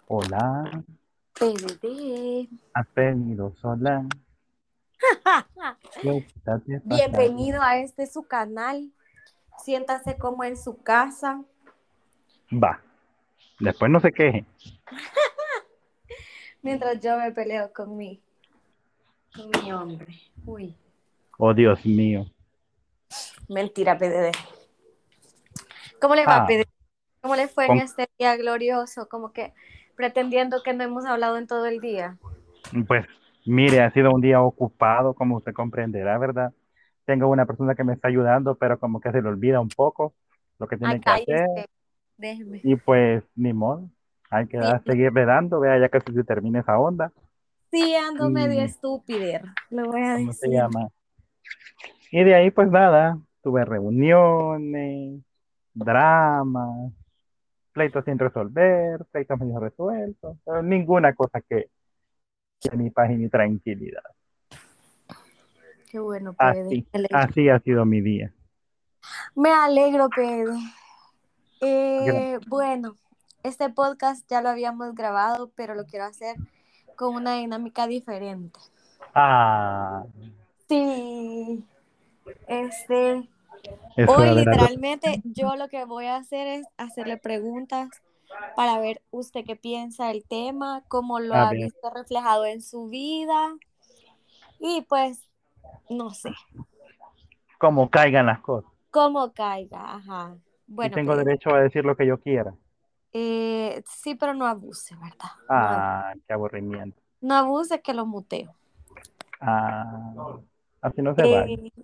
Hola, Bebé. has venido sola. ¿Qué está te pasa? Bienvenido a este su canal. Siéntase como en su casa. Va, después no se queje. Mientras yo me peleo con mi hombre. Uy, Oh, Dios mío. mentira, PDD. ¿Cómo le va, Ah, PDD? ¿Cómo le fue en con- este día glorioso? Como que pretendiendo que no hemos hablado en todo el día. pues mire, ha sido un día ocupado, como usted comprenderá, ¿verdad? Tengo una persona que me está ayudando, pero como que se le olvida un poco lo que Ay, tiene que hacer. cállese. Déjeme. Y pues, ni modo. Hay que Sí, seguirle dando, vea, ya casi se termina esa onda. sí, ando medio Y, estúpider, le voy a ¿cómo se decir. llama? Y de ahí, pues nada, tuve reuniones, dramas, pleitos sin resolver, pleitos medio resueltos, pero ninguna cosa que mi paz y mi tranquilidad. Qué bueno, PDD. Así, así ha sido mi día. Me alegro, PDD. Gra- Bueno, este podcast ya lo habíamos grabado, pero lo quiero hacer con una dinámica diferente. Ah, Sí, este, es hoy hora de la... literalmente yo lo que voy a hacer es hacerle preguntas para ver usted qué piensa del tema, cómo lo A ha ver, visto reflejado en su vida y pues, no sé, cómo caigan las cosas. cómo caiga. Ajá. Y Bueno, tengo pues, derecho a decir lo que yo quiera. sí, pero no abuse, ¿verdad? Ah, qué aburrimiento. No abuse que lo muteo. Ah, así no se vale. Eh,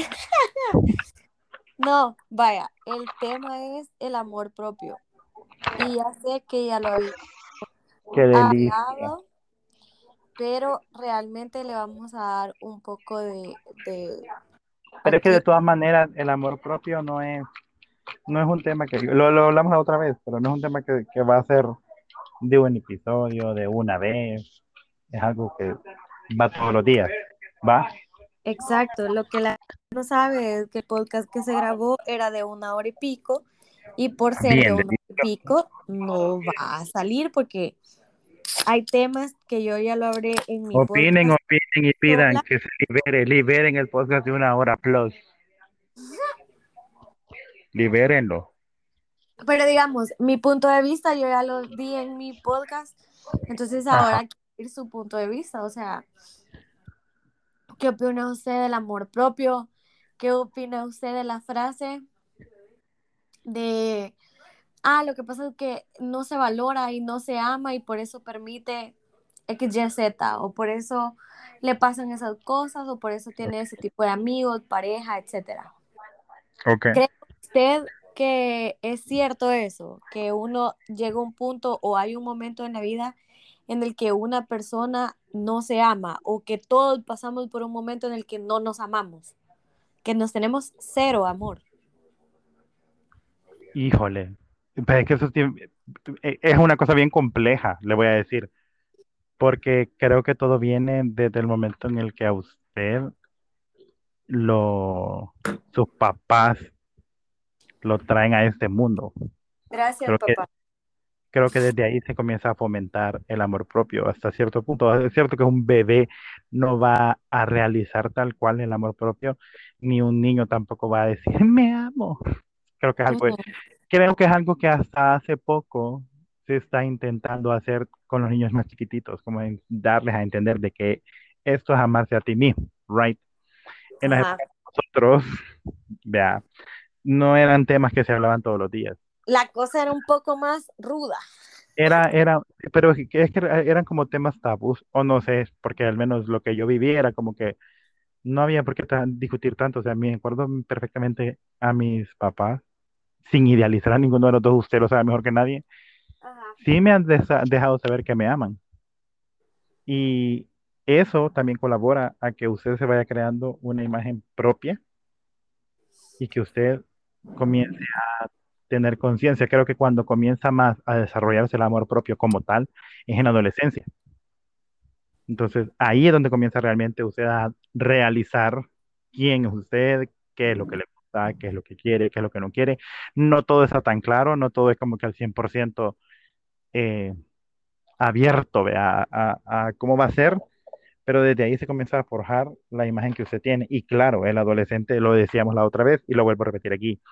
no, vaya, el tema es el amor propio. Y ya sé que ya lo había Qué delicia. hablado, pero realmente le vamos a dar un poco de Pero es que de aquí. todas maneras el amor propio no es un tema que, lo hablamos la otra vez, pero no es un tema que va a ser de un episodio, de una vez. Es algo que va todos los días. ¿Va? Exacto, lo que la gente no sabe es que el podcast que se grabó era de 1 hora y pico, y por ser de Bien, 1 hora y pico no va a salir porque hay temas que yo ya lo hablé en mi opinen, podcast opinen y pidan sola. que se liberen el podcast de una hora plus. Libérenlo. Pero digamos, mi punto de vista yo ya lo di en mi podcast, entonces Ajá. ahora quiero ir su punto de vista, o sea, ¿qué opina usted del amor propio? ¿Qué opina usted de la frase de, lo que pasa es que no se valora y no se ama y por eso permite X, Y, Z, o por eso le pasan esas cosas, o por eso tiene ese tipo de amigos, pareja, etcétera? Ok. ¿Cree usted que es cierto eso? Que uno llega a un punto o hay un momento en la vida en el que una persona no se ama, o que todos pasamos por un momento en el que no nos amamos, que nos tenemos cero amor. Híjole. Pero es que es una cosa bien compleja, le voy a decir, porque creo que todo viene desde el momento en el que a usted sus papás lo traen a este mundo. Gracias, Creo que papá. Creo que desde ahí se comienza a fomentar el amor propio hasta cierto punto. Es cierto que un bebé no va a realizar tal cual el amor propio, ni un niño tampoco va a decir, me amo. Creo que es algo, Ujú. creo que es algo que hasta hace poco se está intentando hacer con los niños más chiquititos, como en darles a entender de que esto es amarse a ti mismo, right? En las Ajá. épocas de nosotros, vea, no eran temas que se hablaban todos los días. La cosa era un poco más ruda. Era, pero es que eran como temas tabús, o no sé, porque al menos lo que yo viví era como que no había por qué discutir tanto. O sea, me acuerdo perfectamente a mis papás, sin idealizar a ninguno de los dos, usted lo sabe mejor que nadie, Ajá. sí me han dejado saber que me aman. Y eso también colabora a que usted se vaya creando una imagen propia y que usted comience a tener conciencia. Creo que cuando comienza más a desarrollarse el amor propio como tal, es en la adolescencia. Entonces, ahí es donde comienza realmente usted a realizar quién es usted, qué es lo que le gusta, qué es lo que quiere, qué es lo que no quiere. No todo está tan claro, no todo es como que al 100% abierto, vea, a cómo va a ser, pero desde ahí se comienza a forjar la imagen que usted tiene. Y claro, el adolescente, lo decíamos la otra vez y lo vuelvo a repetir aquí,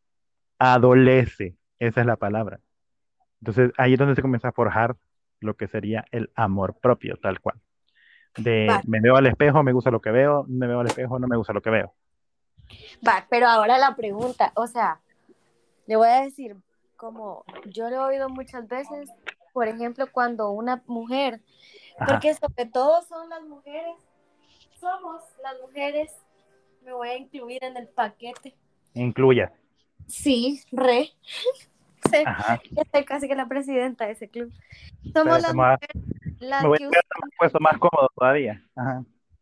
adolece, esa es la palabra. Entonces ahí es donde se comienza a forjar lo que sería el amor propio, tal cual. Va, De me veo al espejo, me gusta lo que veo, me veo al espejo, no me gusta lo que veo. va, pero ahora la pregunta, o sea, le voy a decir, como yo lo he oído muchas veces, por ejemplo, cuando una mujer, Ajá, porque sobre todo son las mujeres, somos las mujeres, me voy a incluir en el paquete. incluya. Sí, re, sí, Ajá. yo soy casi que la presidenta de ese club. Somos Espérate, las mujeres me las voy a que poner un puesto más usualmente, cómodo todavía. Ajá.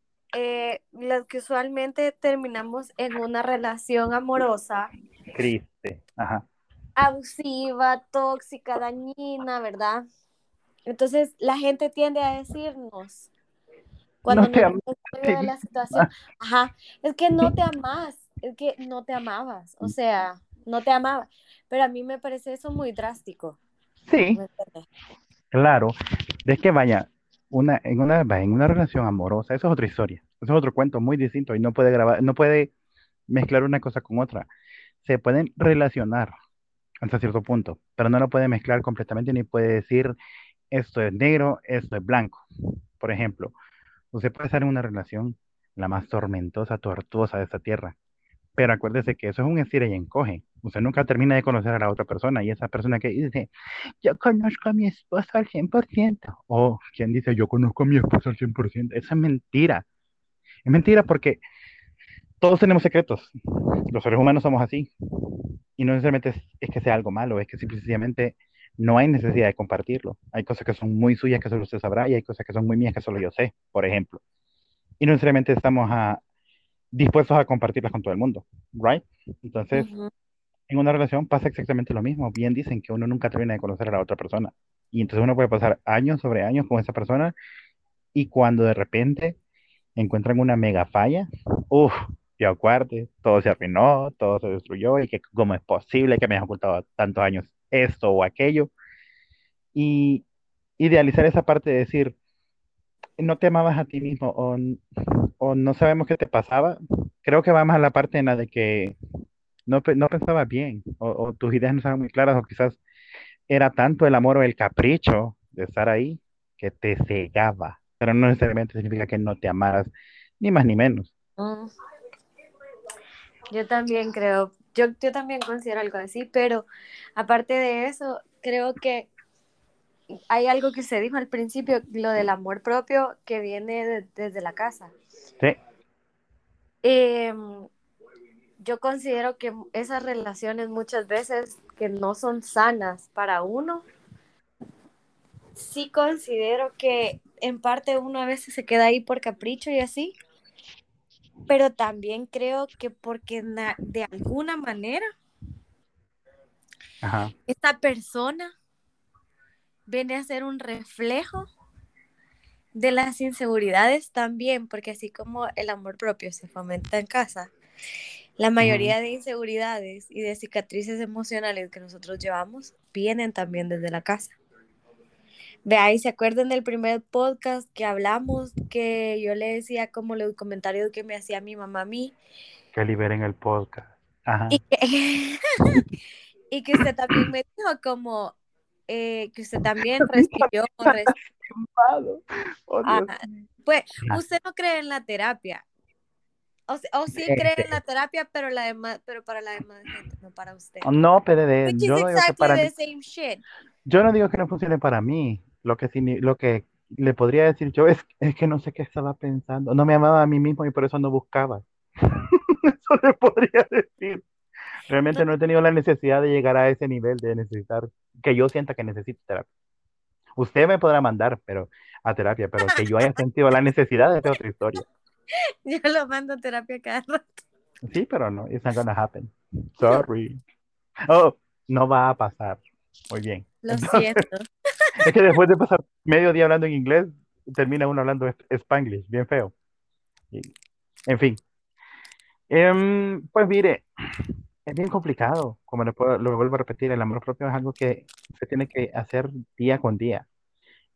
las que usualmente terminamos en una relación amorosa, Triste. Ajá. abusiva, tóxica, dañina, ¿verdad? Entonces la gente tiende a decirnos, No cuando te nos amo vemos en a medio ti de la situación, misma. ajá, es que no te amas, es que no te amabas, o sea, no te amaba. Pero a mí me parece eso muy drástico, Sí, ¿me entiendes? claro. Es que vaya, en una relación amorosa, eso es otra historia. Eso es otro cuento muy distinto y no puede grabar, no puede mezclar una cosa con otra. Se pueden relacionar hasta cierto punto, pero no lo puede mezclar completamente ni puede decir esto es negro, esto es blanco. Por ejemplo, usted puede estar en una relación la más tormentosa, tortuosa de esta tierra, pero acuérdese que eso es un estira y encoge. Usted nunca termina de conocer a la otra persona y esa persona que dice, yo conozco a mi esposa al 100%, o quien dice, yo conozco a mi esposa al 100%, esa es mentira. Es mentira porque todos tenemos secretos. Los seres humanos somos así. Y no necesariamente es que sea algo malo, es que simplemente no hay necesidad de compartirlo. Hay cosas que son muy suyas que solo usted sabrá y hay cosas que son muy mías que solo yo sé, por ejemplo. Y no necesariamente estamos dispuestos a compartirlas con todo el mundo, ¿right? Entonces, Ujú. en una relación pasa exactamente lo mismo. Bien dicen que uno nunca termina de conocer a la otra persona. Y entonces uno puede pasar años sobre años con esa persona y cuando de repente encuentran una mega falla, uff, ya acuerde, todo se arruinó, todo se destruyó y que cómo es posible que me hayas ocultado tantos años esto o aquello. Y idealizar esa parte de decir, no te amabas a ti mismo o no sabemos qué te pasaba, creo que va más a la parte en la de que no pensabas bien o tus ideas no estaban muy claras o quizás era tanto el amor o el capricho de estar ahí que te cegaba, pero no necesariamente significa que no te amaras, ni más ni menos. Mm, yo también creo, yo también considero algo así, pero aparte de eso, creo que hay algo que se dijo al principio, lo del amor propio que viene desde la casa. Sí, Eh, yo considero que esas relaciones muchas veces que no son sanas para uno, sí considero que en parte uno a veces se queda ahí por capricho y así, pero también creo que porque de alguna manera ajá, esta persona viene a ser un reflejo de las inseguridades también, porque así como el amor propio se fomenta en casa, la ujú. mayoría de inseguridades y de cicatrices emocionales que nosotros llevamos vienen también desde la casa. Vea, y se acuerdan del primer podcast que hablamos, que yo le decía como los comentarios que me hacía mi mamá a mí, Que liberen el podcast. y Ajá. que, y que usted también me dijo como que usted también recibió, Lastimado. Oh, Dios. pues Ajá. usted no cree en la terapia, o sí cree en la terapia, pero, pero para la demás gente, no para usted. No, PDD, Which is yo no digo que exactly para mí, the same shit. yo no digo que no funcione para mí. Lo que le podría decir yo es que no sé qué estaba pensando. No me amaba a mí mismo y por eso no buscaba. Eso le podría decir. No, Realmente no he tenido la necesidad de llegar a ese nivel de necesitar, que yo sienta que necesito terapia. Usted me podrá mandar, pero a terapia, pero que yo haya sentido la necesidad esa es otra historia. yo lo mando a terapia cada rato. Sí, pero no, it's not gonna happen. Sorry. Oh, no va a pasar. Muy bien. Lo Entonces, siento. es que después de pasar medio día hablando en inglés, termina uno hablando Spanglish, bien feo. En fin. Pues mire, es bien complicado. Lo vuelvo a repetir, el amor propio es algo que se tiene que hacer día con día.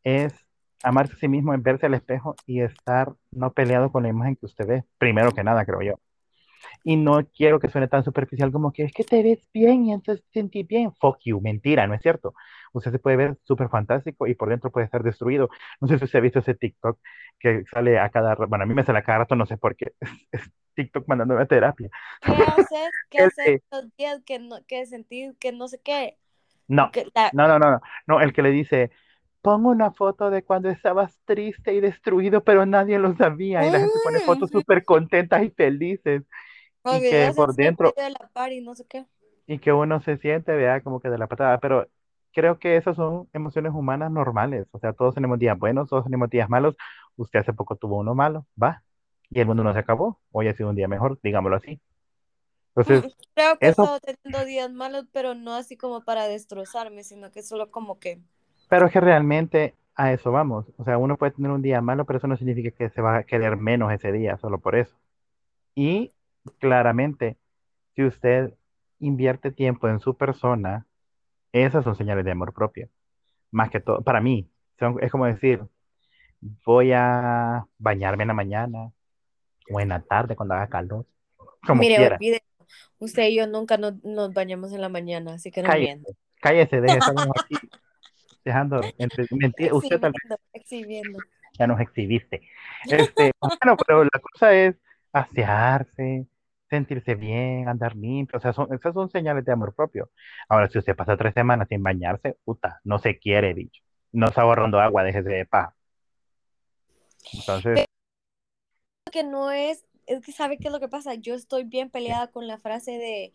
es amarse a sí mismo, en verse al espejo y estar no peleado con la imagen que usted ve, primero que nada, creo yo. Y no quiero que suene tan superficial como que es que te ves bien y entonces te sentís bien. Fuck you, mentira, no es cierto. Usted se puede ver súper fantástico y por dentro puede estar destruido. No sé si usted ha visto ese TikTok que sale a cada rato. Bueno, a mí me sale a cada rato, no sé por qué. Es TikTok mandándome a terapia. ¿Qué haces? ¿Qué El haces de- los días que sentís que no sé qué? O no, que la... no, el que le dice, pongo una foto de cuando estabas triste y destruido, pero nadie lo sabía. Y la gente pone fotos súper contentas y felices. O Y que videos por así en dentro, medio de la par y no sé qué. y que uno se siente, vea, como que de la patada, pero creo que esas son emociones humanas normales, o sea, todos tenemos días buenos, todos tenemos días malos, usted hace poco tuvo uno malo, va, y el mundo no se acabó, hoy ha sido un día mejor, digámoslo así. Entonces, Creo que he eso, estado teniendo días malos, pero no así como para destrozarme, sino que solo como que... pero es que realmente a eso vamos, o sea, uno puede tener un día malo, pero eso no significa que se va a querer menos ese día, solo por eso. Y claramente, si usted invierte tiempo en su persona, esas son señales de amor propio. Más que todo, para mí, es como decir, voy a bañarme en la mañana o en la tarde cuando haga calor, como Mire, quiera. olvide, usted y yo nunca nos bañamos en la mañana, así que no miento. Cállese, cállese, deje, estamos aquí dejando entre mentira, usted tal vez Exhibiendo, exhibiendo. ya nos exhibiste. Bueno, pero la cosa es asearse, sentirse bien, andar limpio, o sea, esas son señales de amor propio. Ahora, si usted pasa 3 semanas sin bañarse, puta, no se quiere, bicho. No está ahorrando agua, déjese de paja. Entonces, Pero que no es que sabe qué es lo que pasa. Yo estoy bien ¿qué? peleada con la frase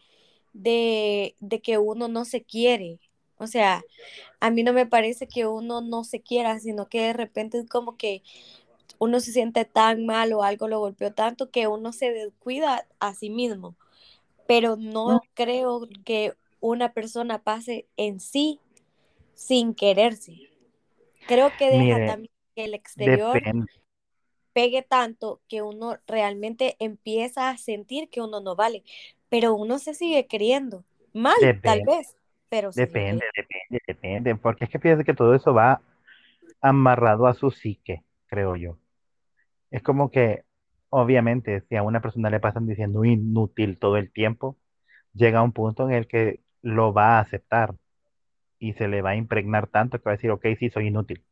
de que uno no se quiere. O sea, a mí no me parece que uno no se quiera, sino que de repente es como que uno se siente tan mal o algo lo golpeó tanto que uno se descuida a sí mismo. Pero Mm, no creo que una persona pase en sí sin quererse. Creo que deja Mire, también que el exterior depende. pegue tanto que uno realmente empieza a sentir que uno no vale, pero uno se sigue queriendo. Mal, tal Depende, vez, pero se sigue depende, queriendo. depende, depende, porque es que fíjese que todo eso va amarrado a su psique, creo yo. Es como que, obviamente, si a una persona le pasan diciendo inútil todo el tiempo, llega un punto en el que lo va a aceptar y se le va a impregnar tanto que va a decir, ok, sí, soy inútil.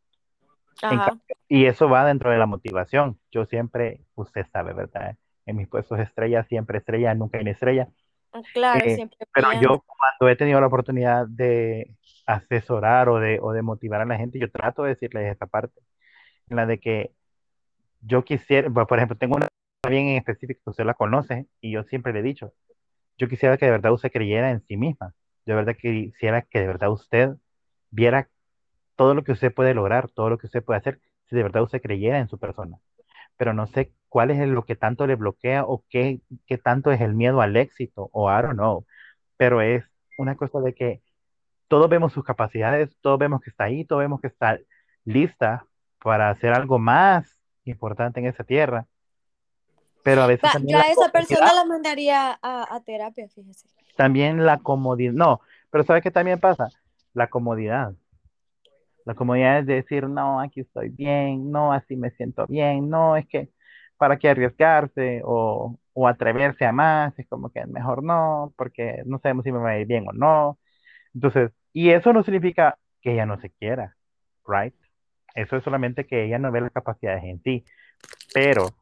Ajá, Y eso va dentro de la motivación. Yo siempre, usted sabe, ¿verdad? En mis puestos estrella, siempre estrella, nunca estrella. claro, Eh, siempre pero brillando. yo cuando he tenido la oportunidad de asesorar o de motivar a la gente, yo trato de decirles esta parte, en la de que yo quisiera, bueno, por ejemplo, tengo una bien en específico que usted la conoce y yo siempre le he dicho, yo quisiera que de verdad usted creyera en sí misma, yo de verdad quisiera que de verdad usted viera todo lo que usted puede lograr, todo lo que usted puede hacer, si de verdad usted creyera en su persona. Pero no sé cuál es lo que tanto le bloquea o qué tanto es el miedo al éxito o I don't know, pero es una cosa de que todos vemos sus capacidades, todos vemos que está ahí, todos vemos que está lista para hacer algo más importante en esa tierra, pero a veces Va, también yo la a esa comodidad, persona la mandaría a terapia, fíjese. también la comodidad, no, pero ¿sabes qué también pasa? La comodidad. La comodidad es decir, no, aquí estoy bien, no, así me siento bien, no, es que para qué arriesgarse o atreverse a más, es como que mejor no, porque no sabemos si me va a ir bien o no. Entonces, y eso no significa que ella no se quiera, right? Eso es solamente que ella no ve las capacidades en ti. Pero,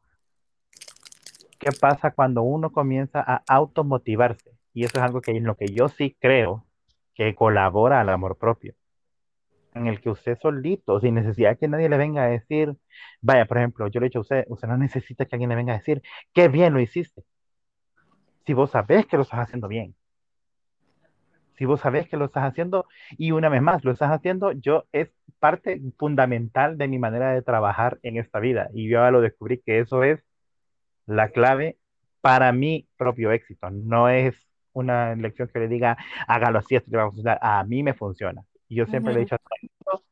¿qué pasa cuando uno comienza a automotivarse? Y eso es algo que en lo que yo sí creo que colabora al amor propio, en el que usted solito, sin necesidad que nadie le venga a decir, vaya, por ejemplo, yo le he dicho a usted, usted no necesita que alguien le venga a decir, qué bien lo hiciste, si vos sabés que lo estás haciendo bien. Si vos sabés que lo estás haciendo y una vez más lo estás haciendo, yo es parte fundamental de mi manera de trabajar en esta vida y yo ya lo descubrí que eso es la clave para mi propio éxito. No es una lección que le diga, hágalo así, esto te va a funcionar. A mí me funciona. Y yo siempre le he Ujú. dicho a todo el mundo,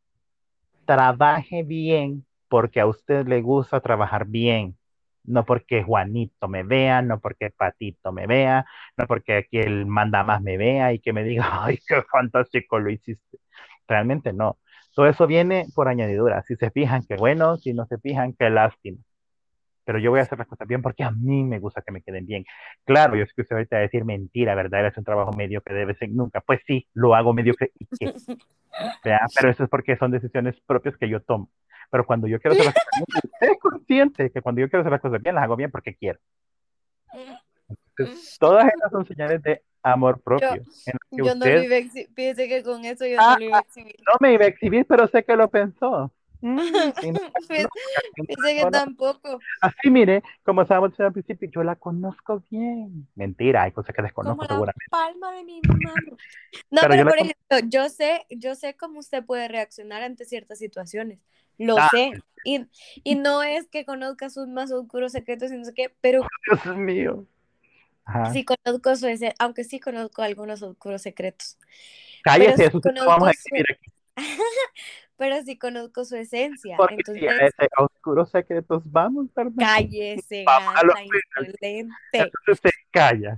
trabaje bien porque a usted le gusta trabajar bien. No porque Juanito me vea, no porque Patito me vea, no porque aquí el manda más me vea y que me diga, ay, qué fantástico lo hiciste. Realmente no. Todo eso viene por añadidura. Si se fijan, qué bueno. Si no se fijan, qué lástima. Pero yo voy a hacer las cosas bien porque a mí me gusta que me queden bien. Claro, yo sé que usted ahorita va a decir mentira, ¿verdad? Es un trabajo mediocre, debe ser nunca. Pues sí, lo hago mediocre y qué, ¿verdad? Pero eso es porque son decisiones propias que yo tomo. Pero cuando yo quiero hacer las cosas bien, usted es consciente que cuando yo quiero hacer las cosas bien, las hago bien porque quiero. Entonces, todas esas son señales de amor Yo, propio, en las que yo no lo usted, iba a exhibir, fíjese que con eso yo no lo iba a exhibir. no me iba a exhibir, pero sé que lo pensó. Sí, no, no, porque Fíjese que no, no. tampoco, Así, mire, como estábamos diciendo al principio, yo la conozco bien. Mentira, hay cosas que como desconozco la seguramente. palma de mi mano. No, Pero yo pero la por conozco. ejemplo, yo sé cómo usted puede reaccionar ante ciertas situaciones. Lo Ah, sé. Y no es que conozca sus más oscuros secretos y no sé qué, pero Dios mío. Ajá. sí conozco su esencia, aunque sí conozco algunos oscuros secretos. Pero Cállese, sí eso sí no lo vamos a conozco su, exhibir aquí. pero sí conozco su esencia. Porque si a Entonces, ese oscuros secretos vamos, ¿verdad? cállese, Vamos a lo gata final. insolente. Entonces se calla.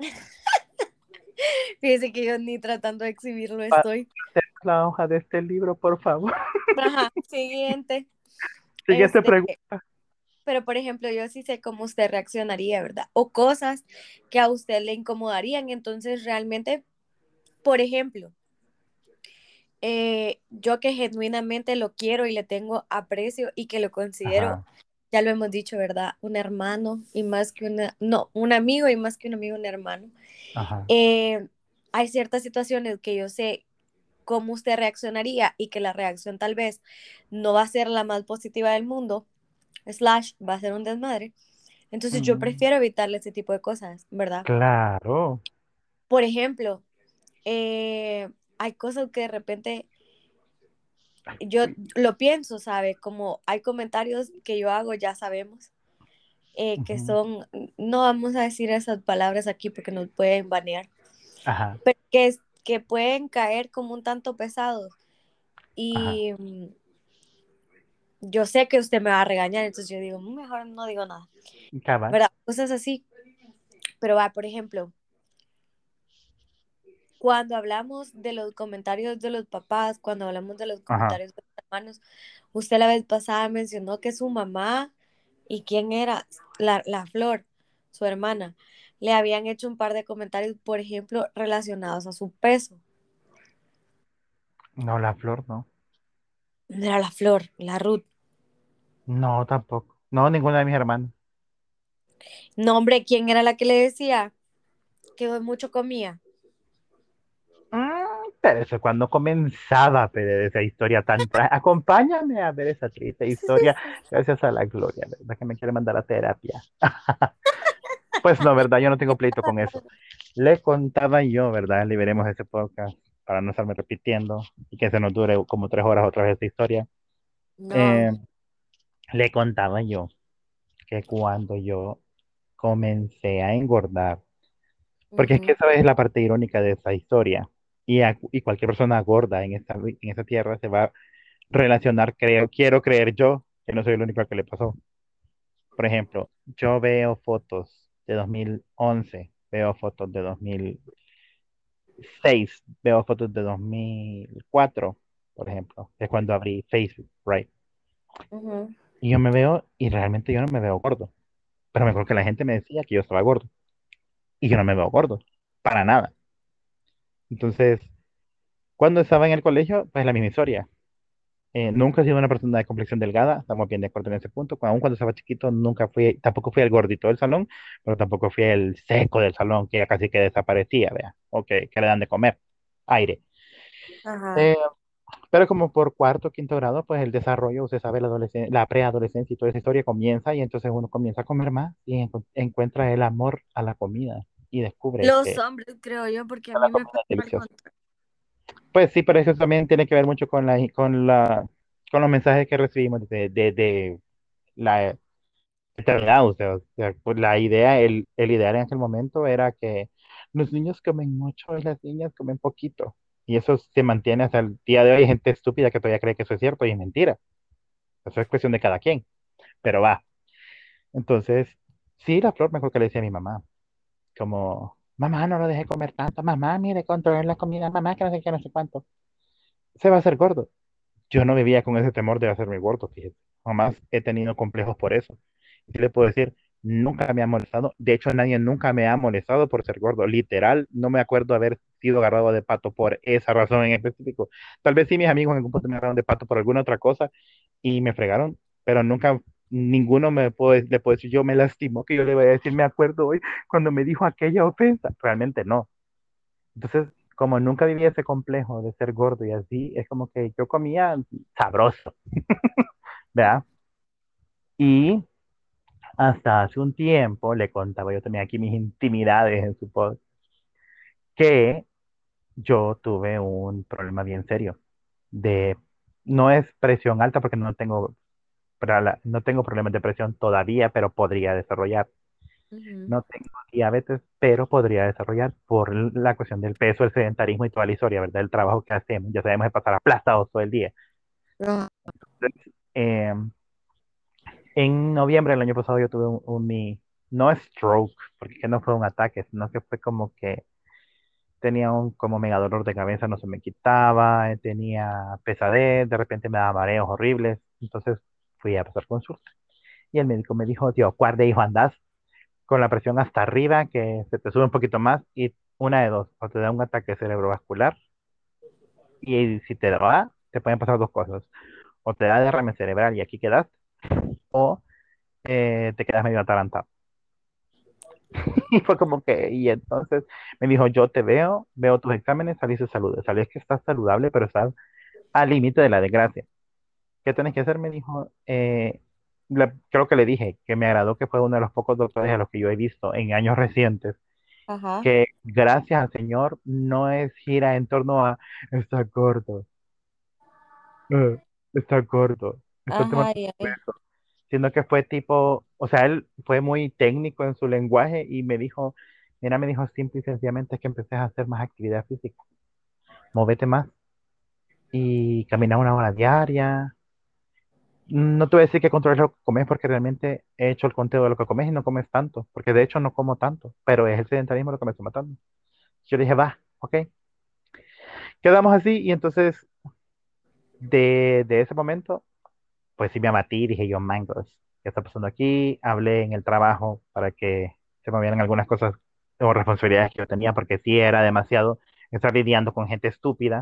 Fíjese que yo ni tratando de exhibirlo estoy. Pasemos la hoja de este libro, por favor. Ajá, siguiente. Siguiente Este, pregunta. pero por ejemplo, yo sí sé cómo usted reaccionaría, ¿verdad? O cosas que a usted le incomodarían. Entonces, realmente, por ejemplo, yo que genuinamente lo quiero y le tengo aprecio y que lo considero, Ajá, ya lo hemos dicho, ¿verdad? Un hermano y más que una, no, un amigo y más que un amigo, un hermano. ajá, Eh, Hay ciertas situaciones que yo sé cómo usted reaccionaría y que la reacción tal vez no va a ser la más positiva del mundo, slash, va a ser un desmadre. Entonces yo mm, prefiero evitarle ese tipo de cosas, ¿verdad? claro. Por ejemplo, hay cosas que de repente yo Uy, lo pienso, ¿sabe? Como hay comentarios que yo hago, ya sabemos, que ujú, son, no vamos a decir esas palabras aquí porque nos pueden banear, ajá, pero que pueden caer como un tanto pesados. ajá, Y yo sé que usted me va a regañar, entonces yo digo, mejor no digo nada, cabal. ¿verdad? Cosas así. Pero va, por ejemplo, cuando hablamos de los comentarios de los papás, cuando hablamos de los Ajá. comentarios de los hermanos, usted la vez pasada mencionó que su mamá y quién era la Flor, su hermana, le habían hecho un par de comentarios, por ejemplo, relacionados a su peso. No, la flor, no. No era la Flor, la Ruth. No, tampoco. No, ninguna de mis hermanas. No, hombre, ¿quién era la que le decía que mucho comía? Pero eso cuando comenzaba pero esa historia tan trágica. Acompáñame a ver esa triste historia. Gracias a la gloria, ¿verdad? Que me quiere mandar a terapia. Pues no, ¿verdad? Yo no tengo pleito con eso. Le contaba yo, ¿verdad? Liberemos ese podcast para no estarme repitiendo y que se nos dure como 3 horas otra vez esta historia. No. Eh, Le contaba yo que cuando yo comencé a engordar, porque es que Ujú, esa es la parte irónica de esa historia, y cualquier persona gorda en esta tierra se va a relacionar, creo, quiero creer yo, que no soy el único al que le pasó. Por ejemplo, yo veo fotos de 2011, veo fotos de 2006, veo fotos de 2004, por ejemplo, es cuando abrí Facebook, right? ujú. Y yo me veo, y realmente yo no me veo gordo, pero me acuerdo que la gente me decía que yo estaba gordo, y yo no me veo gordo, para nada. Entonces, cuando estaba en el colegio, pues la misma historia. Nunca he sido una persona de complexión delgada, estamos bien de acuerdo en ese punto. Aun cuando estaba chiquito, nunca fui, tampoco fui el gordito del salón, pero tampoco fui el seco del salón, que ya casi que desaparecía, vea, o que le dan de comer, aire. Ajá. Eh, pero como por cuarto, quinto grado, pues el desarrollo, usted sabe, la preadolescencia y toda esa historia comienza, y entonces uno comienza a comer más y encuentra el amor a la comida y descubre Los que hombres, creo yo, porque a la mí me comida pasó es al deliciosa. contrario. Pues sí, pero eso también tiene que ver mucho con los mensajes que recibimos de la eternidad. O sea, pues la idea, el ideal en aquel momento era que los niños comen mucho y las niñas comen poquito. Y eso se mantiene hasta el día de hoy. Hay gente estúpida que todavía cree que eso es cierto y es mentira. Eso es cuestión de cada quien, pero va. Entonces, sí, la flor mejor que le decía a mi mamá, como, mamá, no lo deje comer tanto, mamá, mire, controlen la comida, mamá, que no sé qué, no sé cuánto. se va a hacer gordo. Yo no vivía con ese temor de hacerme gordo, fíjate. Jamás he tenido complejos por eso. Sí le puedo decir, nunca me ha molestado. De hecho, nadie nunca me ha molestado por ser gordo. Literal, no me acuerdo haber sido agarrado de pato por esa razón en específico. Tal vez sí mis amigos en algún punto me agarraron de pato por alguna otra cosa y me fregaron, pero nunca ninguno le puedo decir yo me lastimó que yo le voy a decir, me acuerdo hoy cuando me dijo aquella ofensa. Realmente no. Entonces, como nunca viví ese complejo de ser gordo y así, es como que yo comía sabroso, ¿verdad? Y hasta hace un tiempo le contaba, yo tenía aquí mis intimidades en su post, que yo tuve un problema bien serio de, no es presión alta porque no tengo problemas de presión todavía, pero podría desarrollar. Ujú. No tengo diabetes, pero podría desarrollar por la cuestión del peso, el sedentarismo y toda la historia, ¿verdad? El trabajo que hacemos, ya sabemos de pasar aplastados todo el día. Ah, Entonces, en noviembre del año pasado yo tuve no stroke, porque no fue un ataque, sino que fue como que tenía un como mega dolor de cabeza, no se me quitaba, tenía pesadez, de repente me daba mareos horribles, entonces fui a pasar consulta. Y el médico me dijo, tío, guarde hijo, andás con la presión hasta arriba, que se te sube un poquito más y una de dos, o te da un ataque cerebrovascular y si te da, te pueden pasar dos cosas, o te da derrame cerebral y aquí quedas, o te quedas medio atarantado. Y fue como que, y entonces me dijo, yo te veo tus exámenes, salís de salud, salís que estás saludable, pero estás al límite de la desgracia. ¿Qué tenés que hacer? Me dijo, creo que le dije que me agradó que fue uno de los pocos doctores a los que yo he visto en años recientes, ajá, que gracias al Señor no es gira en torno a, está gordo, está gordo, está ajá, tomando ya, ya. peso, sino que fue tipo, o sea, él fue muy técnico en su lenguaje y me dijo, mira, me dijo simple y sencillamente que empecé a hacer más actividad física, movete más y camina una hora diaria. No te voy a decir que controles lo que comes porque realmente he hecho el conteo de lo que comes y no comes tanto, porque de hecho no como tanto, pero es el sedentarismo lo que me está matando. Yo dije, va, ok, quedamos así y entonces de ese momento, pues sí me abatí, dije yo, mangos, ¿qué está pasando aquí? Hablé en el trabajo para que se movieran algunas cosas o responsabilidades que yo tenía, porque sí era demasiado estar lidiando con gente estúpida.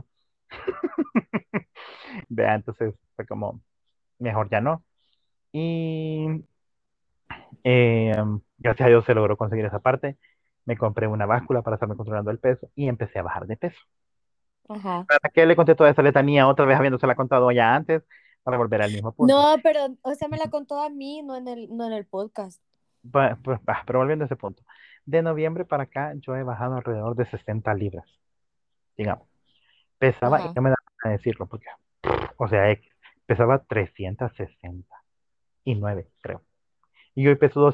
Vea, entonces fue como, mejor ya no. Y gracias a Dios se logró conseguir esa parte. Me compré una báscula para estarme controlando el peso y empecé a bajar de peso. Ajá. ¿Para qué le conté toda esa letanía otra vez habiéndosela contado ya antes? Para volver al mismo punto. No, pero, o sea, me la contó a mí, no en el podcast. Pero volviendo a ese punto. De noviembre para acá yo he bajado alrededor de 60 libras, digamos. Pesaba, y Ajá. no me da pena decirlo, porque, o sea, pesaba 369, creo. Y hoy peso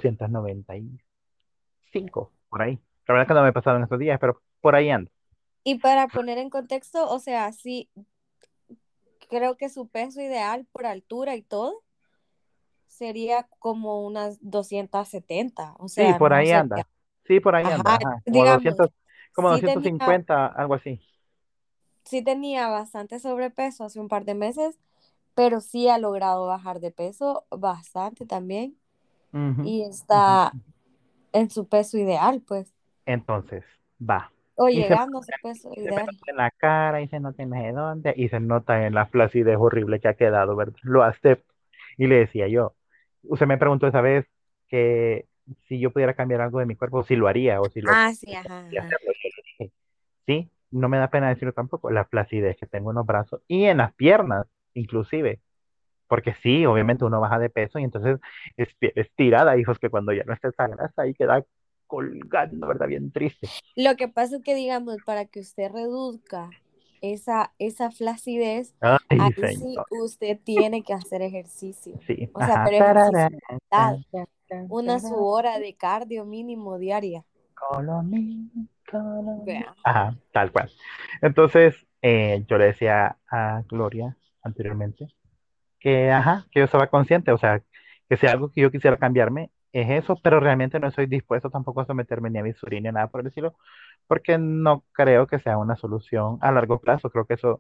295, por ahí. La verdad que no me he pasado en estos días, pero por ahí ando. Y para poner en contexto, o sea, sí, creo que su peso ideal por altura y todo sería como unas 270, o Sí, sea, por no ahí sería. anda. Sí, por ahí anda, Ajá, ajá. digamos, Como sí tenía, 250, algo así. sí tenía bastante sobrepeso hace un par de meses, pero sí ha logrado bajar de peso bastante también Ujú, y ujú. está en su peso ideal, pues, Entonces, va. o Y se, llegando a su peso se me ideal. nota en la cara y se nota en no sé dónde y se nota en la flacidez horrible que ha quedado, ¿verdad? Lo acepto. Y le decía yo, usted me preguntó esa vez que si yo pudiera cambiar algo de mi cuerpo, si lo haría o si lo Ah, sí, ajá, podría ajá. hacerlo. Yo le dije, sí, no me da pena decirlo tampoco, la flacidez que tengo en los brazos y en las piernas, inclusive. Porque sí, obviamente uno baja de peso y entonces estirada, hijos, que cuando ya no está esa grasa ahí queda colgando, ¿verdad? Bien triste. Lo que pasa es que, digamos, para que usted reduzca esa flacidez, Ay, ahí sí señor. usted tiene que hacer ejercicio. Sí, O sea, ajá. pero ejercicio Tarara, de verdad. tan, tan, tan, Una su tarara. hora de cardio mínimo diaria. Colombia, Colombia. Vea. Ajá, tal cual. Entonces, yo le decía a Gloria anteriormente que, ajá, que yo estaba consciente, o sea, que si algo que yo quisiera cambiarme es eso, pero realmente no estoy dispuesto tampoco a someterme ni a bisturí ni nada por el estilo, porque no creo que sea una solución a largo plazo. Creo que eso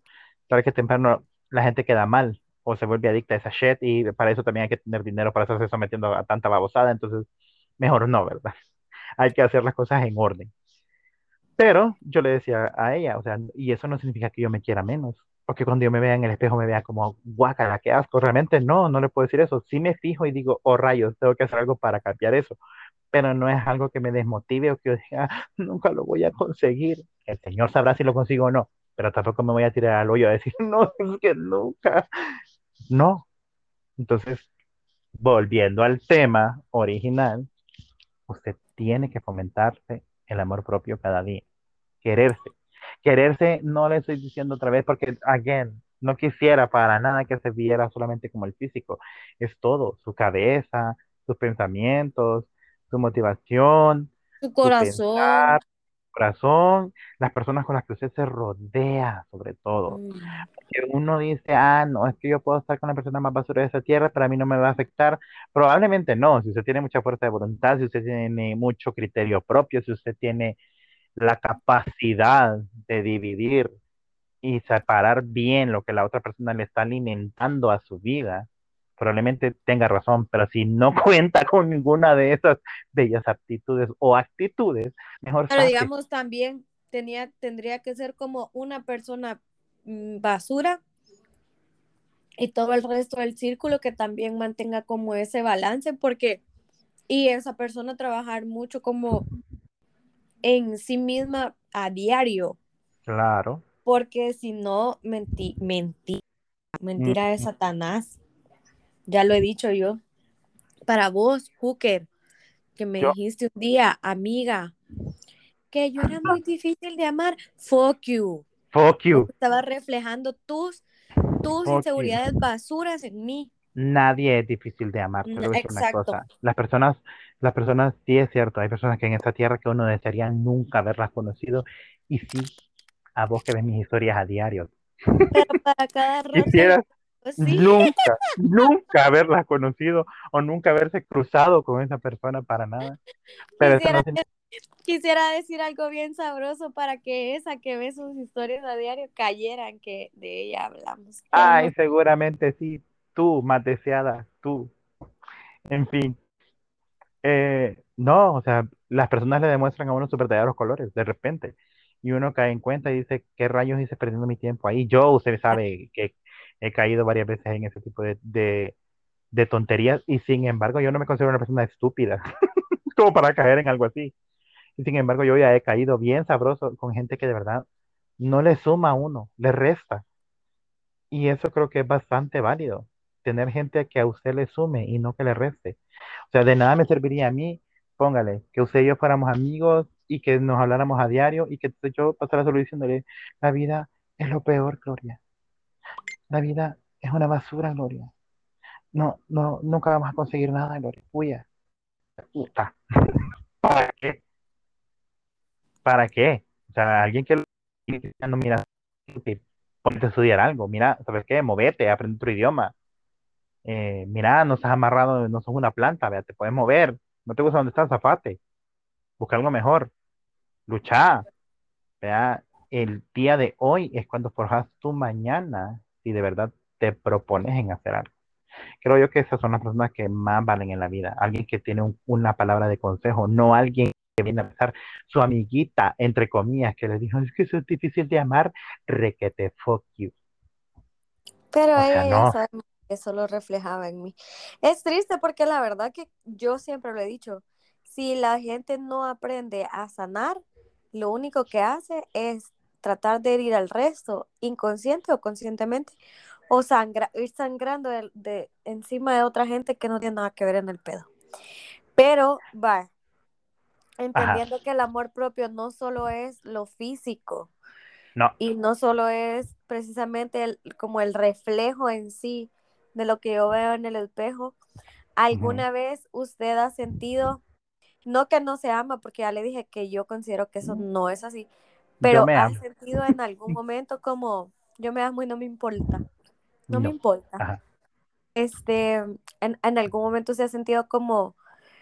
tarde que temprano la gente queda mal o se vuelve adicta a esa shit y para eso también hay que tener dinero para estarse sometiendo a tanta babosada, entonces mejor no, ¿verdad? Hay que hacer las cosas en orden. Pero yo le decía a ella, o sea, y eso no significa que yo me quiera menos, o que cuando yo me vea en el espejo me vea como, guácala, qué asco, realmente no, no le puedo decir eso. Sí me fijo y digo, oh rayos, tengo que hacer algo para cambiar eso, pero no es algo que me desmotive o que yo diga, "Ah, nunca lo voy a conseguir. El Señor sabrá si lo consigo o no, pero tampoco me voy a tirar al hoyo a decir, no, es que nunca, no. Entonces, volviendo al tema original, usted tiene que fomentarse el amor propio cada día, quererse. Quererse, no le estoy diciendo otra vez porque, again, no quisiera para nada que se viera solamente como el físico. Es todo, su cabeza, sus pensamientos, su motivación, Tu su corazón. pensar, corazón, las personas con las que usted se rodea, sobre todo. Mm. Que uno dice, ah, no, es que yo puedo estar con la persona más basura de esa tierra, pero a mí no me va a afectar. Probablemente no, si usted tiene mucha fuerza de voluntad, si usted tiene mucho criterio propio, si usted tiene la capacidad de dividir y separar bien lo que la otra persona le está alimentando a su vida, probablemente tenga razón, pero si no cuenta con ninguna de esas bellas aptitudes o actitudes, mejor Pero saque. digamos también tendría que ser como una persona basura y todo el resto del círculo que también mantenga como ese balance porque y esa persona trabajar mucho como en sí misma a diario Claro. porque si no Mm, mentira de Satanás, ya lo he dicho yo. Para vos, Hooker, que me yo, dijiste un día, amiga, que yo era muy difícil de amar, fuck you. fuck Vos you, estabas reflejando tus fuck you. inseguridades basuras en mí. Nadie es difícil de amar. Te voy a decir una Exacto. cosa. Las personas, sí es cierto, hay personas que en esta tierra que uno desearía nunca haberlas conocido. Y sí, a vos que ves mis historias a diario, Pero para cada rato, quisieras pues sí, nunca, nunca haberlas conocido o nunca haberse cruzado con esa persona para nada. Pero eso quisiera, no significa, quisiera decir algo bien sabroso para que esa que ve sus historias a diario cayeran que de ella hablamos. Qué ay, hermoso. seguramente sí, tú, más deseada, tú. En fin, no, o sea, las personas le demuestran a uno sus verdaderos colores de repente. Y uno cae en cuenta y dice, ¿qué rayos hice perdiendo mi tiempo ahí? Yo, usted sabe que he caído varias veces en ese tipo de tonterías y sin embargo yo no me considero una persona estúpida como para caer en algo así. Y sin embargo yo ya he caído bien sabroso con gente que de verdad no le suma a uno, le resta. Y eso creo que es bastante válido, tener gente que a usted le sume y no que le reste. O sea, de nada me serviría a mí, póngale, que usted y yo fuéramos amigos y que nos habláramos a diario y que entonces yo pasara solo diciéndole, la vida es lo peor, Gloria. La vida es una basura, Gloria. No, no, nunca vamos a conseguir nada, Gloria. Puya, puta. ¿Para qué? ¿Para qué? O sea, alguien que no mira, ponte a estudiar algo, mira, ¿sabes qué? Movete, aprende otro idioma. Mira, no estás amarrado, no sos una planta, vea, te puedes mover. No te gusta dónde estás, zafate. Busca algo mejor. Lucha. Vea, el día de hoy es cuando forjas tu mañana si de verdad te propones en hacer algo. Creo yo que esas son las personas que más valen en la vida. Alguien que tiene una palabra de consejo, no alguien que viene a pensar su amiguita, entre comillas, que le dijo, es que eso es difícil de amar, requete fuck you. Pero O sea, ella ya no, sabe que eso lo reflejaba en mí. Es triste porque la verdad que yo siempre lo he dicho, si la gente no aprende a sanar, lo único que hace es tratar de herir al resto, inconsciente o conscientemente, o ir sangrando encima de otra gente que no tiene nada que ver en el pedo. Pero va, ajá, entendiendo que el amor propio no solo es lo físico, no. y no solo es precisamente como el reflejo en sí de lo que yo veo en el espejo. Ujú. ¿Alguna vez usted ha sentido, no que no se ama, porque ya le dije que yo considero que eso no es así, Yo pero me ha amo. sentido en algún momento como yo me amo y no me importa, no me No. importa? Ajá. Este, en algún momento se ha sentido como,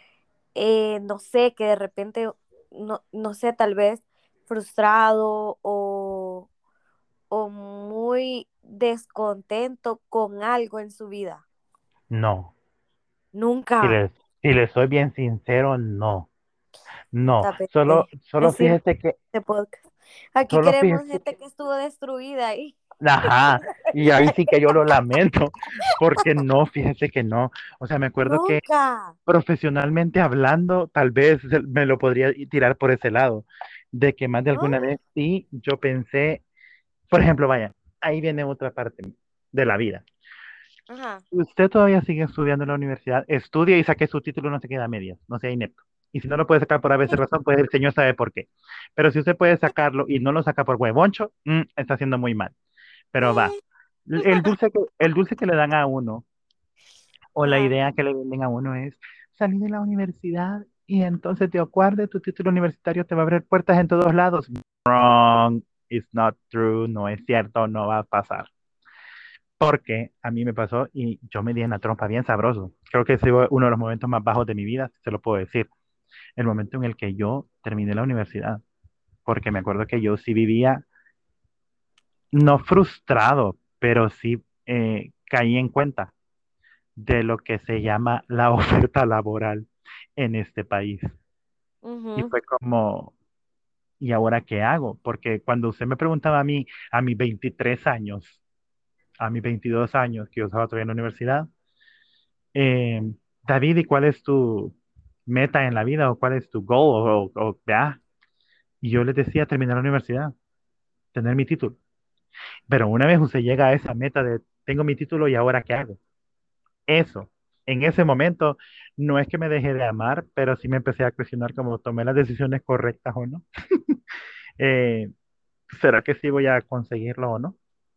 no sé, que de repente, no sé, tal vez frustrado o muy descontento con algo en su vida? No. Si Nunca. les, si les soy bien sincero, no. No. Solo, Tapete. solo Decir fíjese que, este podcast. Aquí solo queremos fíjese gente que estuvo destruida ahí. ajá, y ahí sí que yo lo lamento, porque no, fíjese que no. O sea, me acuerdo que Nunca. profesionalmente hablando, tal vez me lo podría tirar por ese lado, de que más de ¿No? alguna vez sí, yo pensé, por ejemplo, vaya, ahí viene otra parte de la vida. Ajá. Usted todavía sigue estudiando en la universidad, estudia y saque su título, no se queda a medias, no sea inepto. Y si no lo puede sacar por a veces razón, pues el señor sabe por qué. Pero si usted puede sacarlo y no lo saca por huevoncho, está haciendo muy mal. Pero va. El dulce que le dan a uno, o la Ajá. idea que le venden a uno es salir de la universidad y entonces te acuerdes, tu título universitario te va a abrir puertas en todos lados. Wrong, it's not true, no es cierto, no va a pasar. Porque a mí me pasó y yo me di en la trompa bien sabroso. Creo que ese fue uno de los momentos más bajos de mi vida, si se lo puedo decir. El momento en el que yo terminé la universidad. Porque me acuerdo que yo sí vivía, no frustrado, pero sí caí en cuenta de lo que se llama la oferta laboral en este país. Y Ujú. fue como, ¿y ahora qué hago? Porque cuando usted me preguntaba a mí, a mis 23 años, a mis 22 años, que yo estaba todavía en la universidad, eh, David, ¿y cuál es tu meta en la vida? ¿O cuál es tu goal? ¿Vea? Y yo les decía terminar la universidad, tener mi título. Pero una vez usted llega a esa meta de tengo mi título y ahora qué hago, eso, en ese momento, no es que me dejé de amar, pero sí me empecé a cuestionar como tomé las decisiones correctas o no. Eh, ¿Será que sí voy a conseguirlo o no?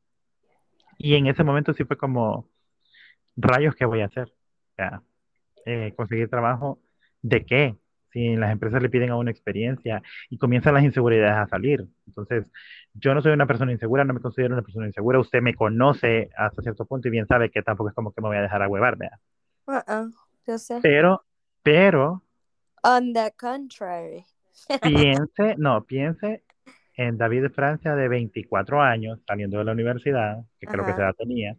Y en ese momento sí fue como, rayos, ¿qué voy a hacer? O sea, conseguir trabajo, ¿de qué? Si las empresas le piden a una experiencia y comienzan las inseguridades a salir. Entonces, yo no soy una persona insegura, no me considero una persona insegura. Usted me conoce hasta cierto punto y bien sabe que tampoco es como que me voy a dejar a huevar, ¿vea? Yo sé. Pero, pero On the contrary. piense, no, piense en David de Francia de 24 años, saliendo de la universidad, que creo que se Ajá. edad tenía,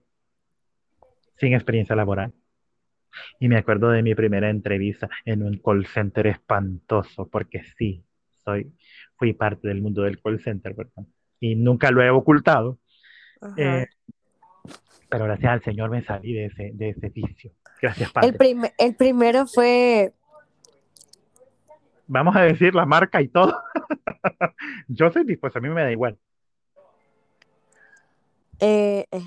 sin experiencia laboral. Y me acuerdo de mi primera entrevista en un call center espantoso, porque sí, fui parte del mundo del call center, ¿verdad? Y nunca lo he ocultado, eh, Ajá. pero gracias al Señor me salí de ese vicio. Gracias, El, Padre. prim- el primero fue Vamos a decir la marca y todo. Yo soy dispuesto, a mí me da igual. eh, eh,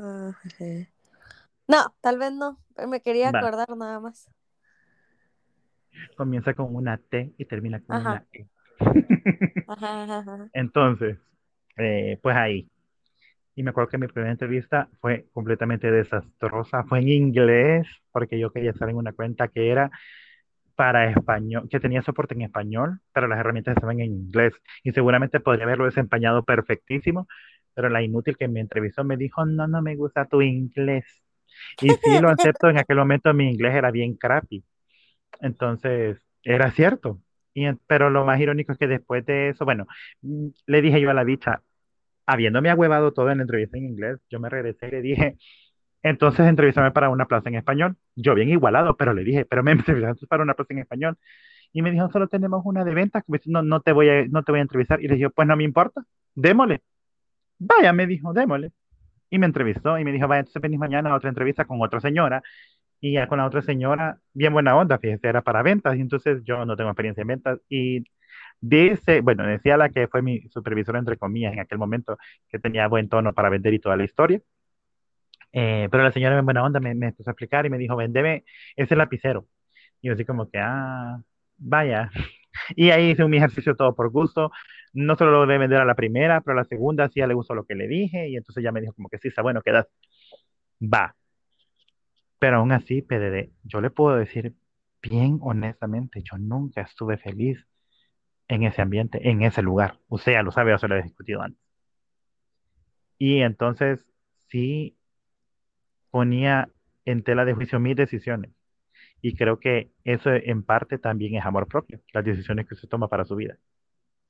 no, tal vez no. Me quería Va, acordar nada más. comienza con una T y termina con Ajá. una E. Ajá, ajá, ajá. Entonces, pues ahí. Y me acuerdo que mi primera entrevista fue completamente desastrosa. Fue en inglés, porque yo quería estar en una cuenta que era para español, que tenía soporte en español, pero las herramientas estaban en inglés. Y seguramente podría haberlo desempeñado perfectísimo, pero la inútil que me entrevistó me dijo, no, no me gusta tu inglés. Y sí, lo acepto, en aquel momento mi inglés era bien crappy. Entonces, era cierto. Pero lo más irónico es que después de eso, bueno, le dije yo a la bicha, habiéndome ahuevado todo en la entrevista en inglés, yo me regresé y le dije, entonces entrevístame para una plaza en español. Yo bien igualado, pero le dije, pero me entrevistaste para una plaza en español. Y me dijo, solo tenemos una de ventas, como diciendo, no, no te voy a entrevistar. Y le dije, pues no me importa, démosle. Vaya, me dijo, démosle. Y me entrevistó y me dijo, vaya, entonces venís mañana a otra entrevista con otra señora. Y ya con la otra señora, bien buena onda, fíjese, era para ventas. Y entonces yo no tengo experiencia en ventas. Y dice, bueno, decía la que fue mi supervisora, entre comillas, en aquel momento, que tenía buen tono para vender y toda la historia. Pero la señora en buena onda me empezó a explicar y me dijo, vendeme ese lapicero. Y yo así como que, vaya. Y ahí hice mi ejercicio todo por gusto. No solo lo logré vender a la primera, pero a la segunda sí ya le gustó lo que le dije. Y entonces ya me dijo como que sí, está bueno, quedas, va. Pero aún así, PDD, yo le puedo decir bien honestamente, yo nunca estuve feliz en ese ambiente, en ese lugar. Usted ya lo sabe, o se lo he discutido antes. Y entonces sí ponía en tela de juicio mis decisiones. Y creo que eso en parte también es amor propio, las decisiones que usted toma para su vida.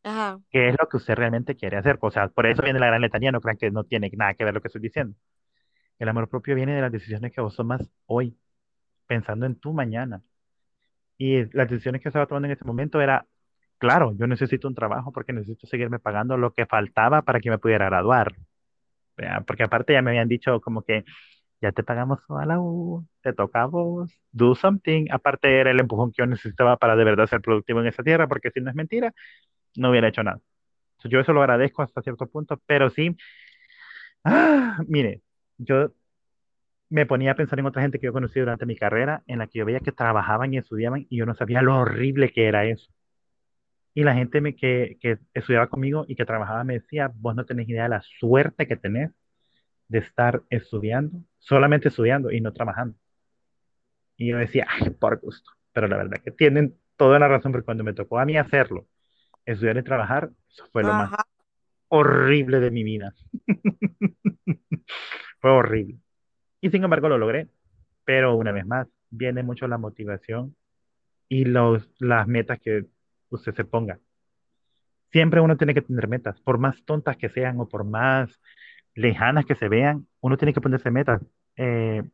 Ajá. ¿Qué es lo que usted realmente quiere hacer? O sea, por eso viene la gran letanía, no crean que no tiene nada que ver lo que estoy diciendo. El amor propio viene de las decisiones que vos tomas hoy, pensando en tu mañana. Y las decisiones que estaba tomando en ese momento era, claro, yo necesito un trabajo porque necesito seguirme pagando lo que faltaba para que me pudiera graduar. ¿Vea? Porque aparte ya me habían dicho como que ya te pagamos toda la U, te toca a vos, do something. Aparte era el empujón que yo necesitaba para de verdad ser productivo en esa tierra, porque si no es mentira, no hubiera hecho nada. Entonces, yo eso lo agradezco hasta cierto punto, pero sí, mire, yo me ponía a pensar en otra gente que yo conocí durante mi carrera, en la que yo veía que trabajaban y estudiaban y yo no sabía lo horrible que era eso. Y la gente que estudiaba conmigo y que trabajaba me decía, vos no tenés idea de la suerte que tenés de estar estudiando, solamente estudiando y no trabajando. Y yo decía, ay, por gusto. Pero la verdad que tienen toda la razón, porque cuando me tocó a mí hacerlo, estudiar y trabajar, eso fue lo más Ajá. horrible de mi vida. Fue horrible. Y sin embargo lo logré. Pero una vez más, viene mucho la motivación y las metas que usted se ponga. Siempre uno tiene que tener metas, por más tontas que sean o por más lejanas que se vean, uno tiene que ponerse metas eh,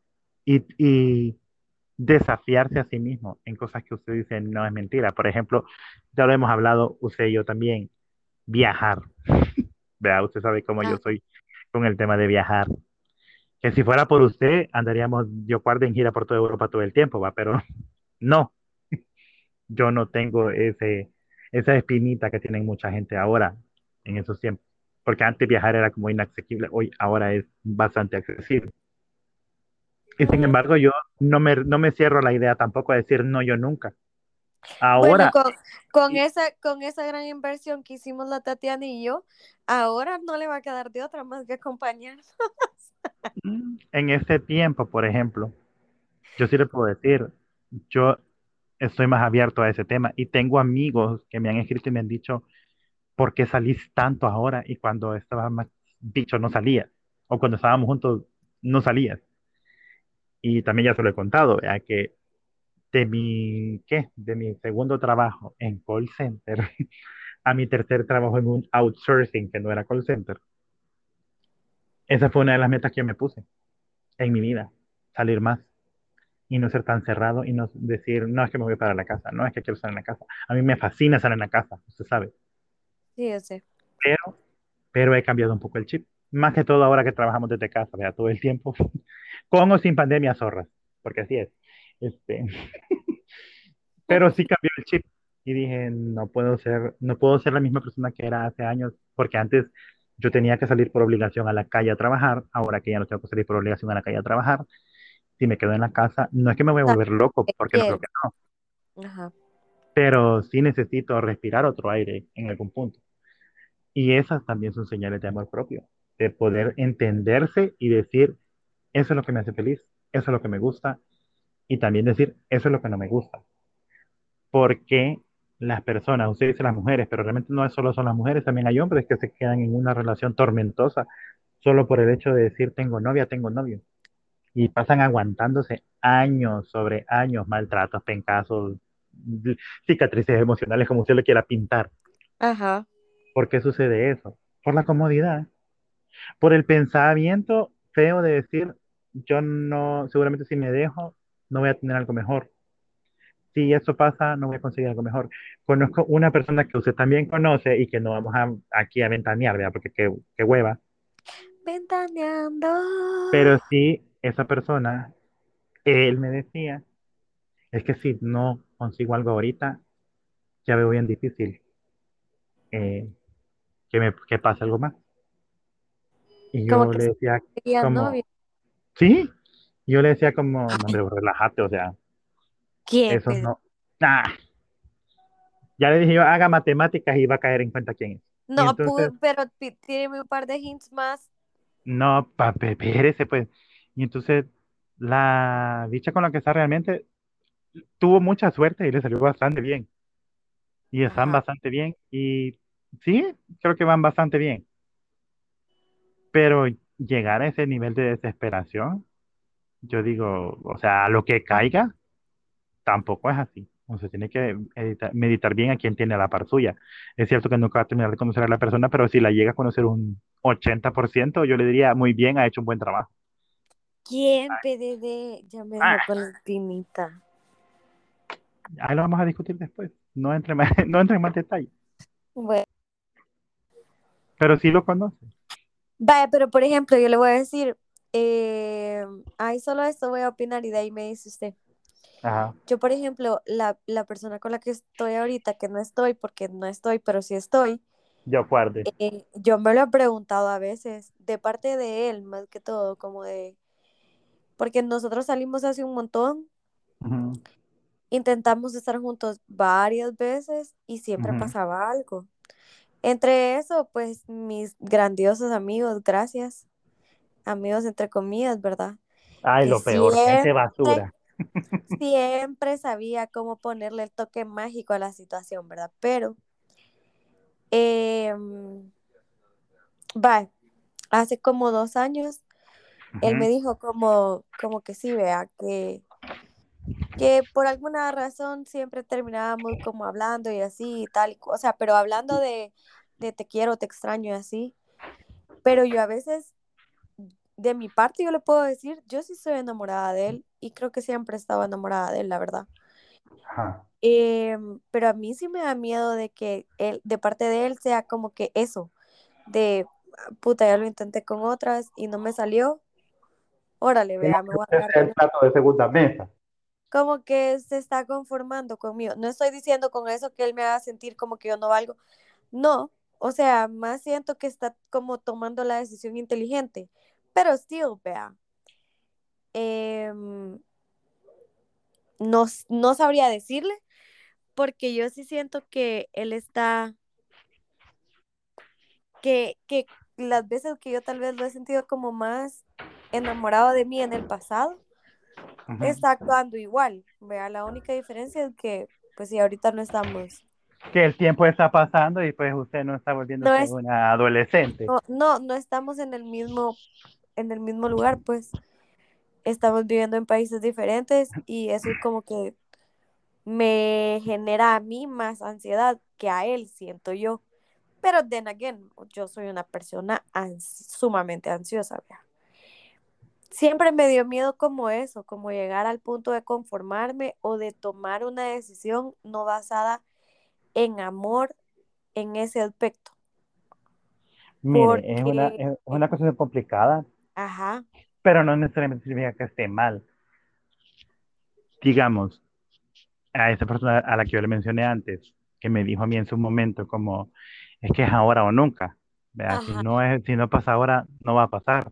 y desafiarse a sí mismo en cosas que usted dice no es mentira. Por ejemplo, ya lo hemos hablado usted y yo también, viajar. Vea, usted sabe cómo yo Ajá. soy con el tema de viajar. Que si fuera por usted, andaríamos yo cuarto en gira por toda Europa todo el tiempo, va, pero no, yo no tengo esa espinita que tienen mucha gente ahora en esos tiempos. Porque antes viajar era como inaccesible, hoy ahora es bastante accesible. Y sin Mm. embargo, yo no me cierro a la idea tampoco de decir no, yo nunca. Bueno, Ahora, con esa gran inversión que hicimos la Tatiana y yo, ahora no le va a quedar de otra más que acompañarnos. en este tiempo, por ejemplo, yo sí le puedo decir, yo estoy más abierto a ese tema y tengo amigos que me han escrito y me han dicho, ¿por qué salís tanto ahora? Y cuando estaba más bicho no salía. O cuando estábamos juntos no salías. Y también ya se lo he contado, ¿verdad? Que de mi segundo trabajo en call center a mi tercer trabajo en un outsourcing que no era call center. Esa fue una de las metas que yo me puse en mi vida, salir más y no ser tan cerrado y no decir, no es que me voy para la casa, no es que quiero estar en la casa. A mí me fascina estar en la casa, usted sabe, Sí, yo sé. pero, pero he cambiado un poco el chip. Más que todo ahora que trabajamos desde casa, vea, todo el tiempo, con o sin pandemia, zorras, porque así es. Este, pero sí cambió el chip y dije, no puedo ser la misma persona que era hace años, porque antes yo tenía que salir por obligación a la calle a trabajar, ahora que ya no tengo que salir por obligación a la calle a trabajar, si me quedo en la casa, no es que me voy a También volver loco, porque no creo quiere. que no, Ajá. pero sí necesito respirar otro aire en algún punto. Y esas también son señales de amor propio, de poder entenderse y decir, eso es lo que me hace feliz, eso es lo que me gusta, y también decir, eso es lo que no me gusta. Porque las personas, usted dice las mujeres, pero realmente no es solo son las mujeres, también hay hombres que se quedan en una relación tormentosa solo por el hecho de decir, tengo novia, tengo novio. Y pasan aguantándose años sobre años, maltratos, pencazos, cicatrices emocionales, como usted lo quiera pintar. Ajá. ¿Por qué sucede eso? Por la comodidad, por el pensamiento feo de decir, yo no, seguramente si me dejo, no voy a tener algo mejor. Si eso pasa, no voy a conseguir algo mejor. Conozco una persona que usted también conoce y que no vamos aquí a ventanear, ¿verdad? Porque qué hueva. Ventaneando. Pero sí, esa persona, él me decía, es que si no consigo algo ahorita, ya veo bien difícil eh, que pase algo más. Y Como yo que le decía sería novio. como, ¿sí? Y yo le decía como, no, hombre, relájate, o sea, ¿Qué eso pedo? no. Ah, ya le dije yo, haga matemáticas y va a caer en cuenta quién es. Y No, entonces, pero tiene un par de hints más. no, espérese, pues. Y entonces, la dicha con la que está realmente tuvo mucha suerte y le salió bastante bien. Y están Ajá. bastante bien. Y sí, creo que van bastante bien. Pero llegar a ese nivel de desesperación, yo digo, o sea, a lo que caiga, tampoco es así. Usted tiene que meditar bien a quién tiene a la par suya. Es cierto que nunca va a terminar de conocer a la persona, pero si la llega a conocer un 80%, yo le diría, muy bien, ha hecho un buen trabajo. ¿Quién, PDD? Ya me dejó Ah, con la espinita. ahí lo vamos a discutir después. No entre más, no entre en más detalle. Bueno, Pero sí lo conoce. vaya, pero por ejemplo, yo le voy a decir, ahí solo esto voy a opinar y de ahí me dice usted. Ajá, Yo, por ejemplo, la persona con la que estoy ahorita, que no estoy, porque no estoy, pero sí estoy, yo acuerde. yo me lo he preguntado a veces, de parte de él, más que todo, como de, porque nosotros salimos hace un montón, Ujú, intentamos estar juntos varias veces y siempre ujú. pasaba algo. Entre eso, pues mis grandiosos amigos, gracias, amigos entre comillas, ¿verdad? Ay, Que lo peor, gente siempre, basura. siempre sabía cómo ponerle el toque mágico a la situación, ¿verdad? Pero, eh, va, hace como 2 años, él me Ujú. dijo como que sí, vea, que por alguna razón siempre terminábamos como hablando y así y tal, o sea, pero hablando de te quiero, te extraño y así. Pero yo a veces, de mi parte, yo le puedo decir, yo sí estoy enamorada de él y creo que siempre estaba enamorada de él, la verdad. Ajá. Pero a mí sí me da miedo de que él, de parte de él sea como que eso, de puta, ya lo intenté con otras y no me salió. Órale, ¿Cómo vea, me que voy a usted quedar sea con el plato de segunda mesa? como que se está conformando conmigo. No estoy diciendo con eso que él me haga sentir como que yo no valgo. No, o sea, más siento que está como tomando la decisión inteligente. Pero still, vea, em, no, no sabría decirle porque yo sí siento que él está, que las veces que yo tal vez lo he sentido como más enamorado de mí en el pasado, Ujú. está actuando igual. Vea, la única diferencia es que, pues sí, ahorita no estamos, Que el tiempo está pasando y pues usted no está no volviéndose es, una adolescente. no estamos en el mismo lugar, pues estamos viviendo en países diferentes y eso como que me genera a mí más ansiedad que a él, siento yo. Pero then again, yo soy una persona sumamente ansiosa, ¿vea? Siempre me dio miedo como eso, como llegar al punto de conformarme o de tomar una decisión no basada en amor en ese aspecto. Mire, Porque, es una cosa complicada, ajá, pero no necesariamente significa que esté mal. Digamos, a esa persona a la que yo le mencioné antes, que me dijo a mí en su momento como, es que es ahora o nunca. Vea, ajá, si no pasa ahora, no va a pasar.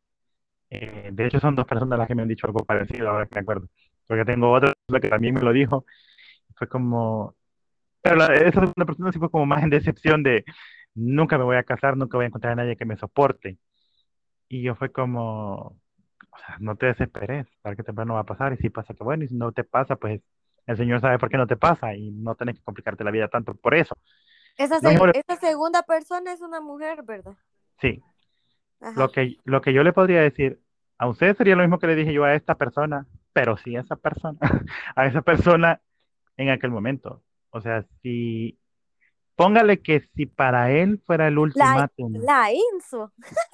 De hecho, son dos personas las que me han dicho algo parecido, ahora que me acuerdo. Porque tengo otra persona que también me lo dijo. Fue como, pero esa segunda persona sí fue como más en decepción de, nunca me voy a casar, nunca voy a encontrar a nadie que me soporte. Y yo fue como, o sea, no te desesperes, para que temprano va a pasar. Y si pasa, que bueno, y si no te pasa, pues el Señor sabe por qué no te pasa y no tenés que complicarte la vida tanto por eso. Lo mismo, esa segunda persona es una mujer, ¿verdad? sí, Ajá. lo que yo le podría decir a usted sería lo mismo que le dije yo a esta persona, pero sí a esa persona, a esa persona en aquel momento. O sea, si, póngale que si para él fuera el La, ultimátum, la Inso,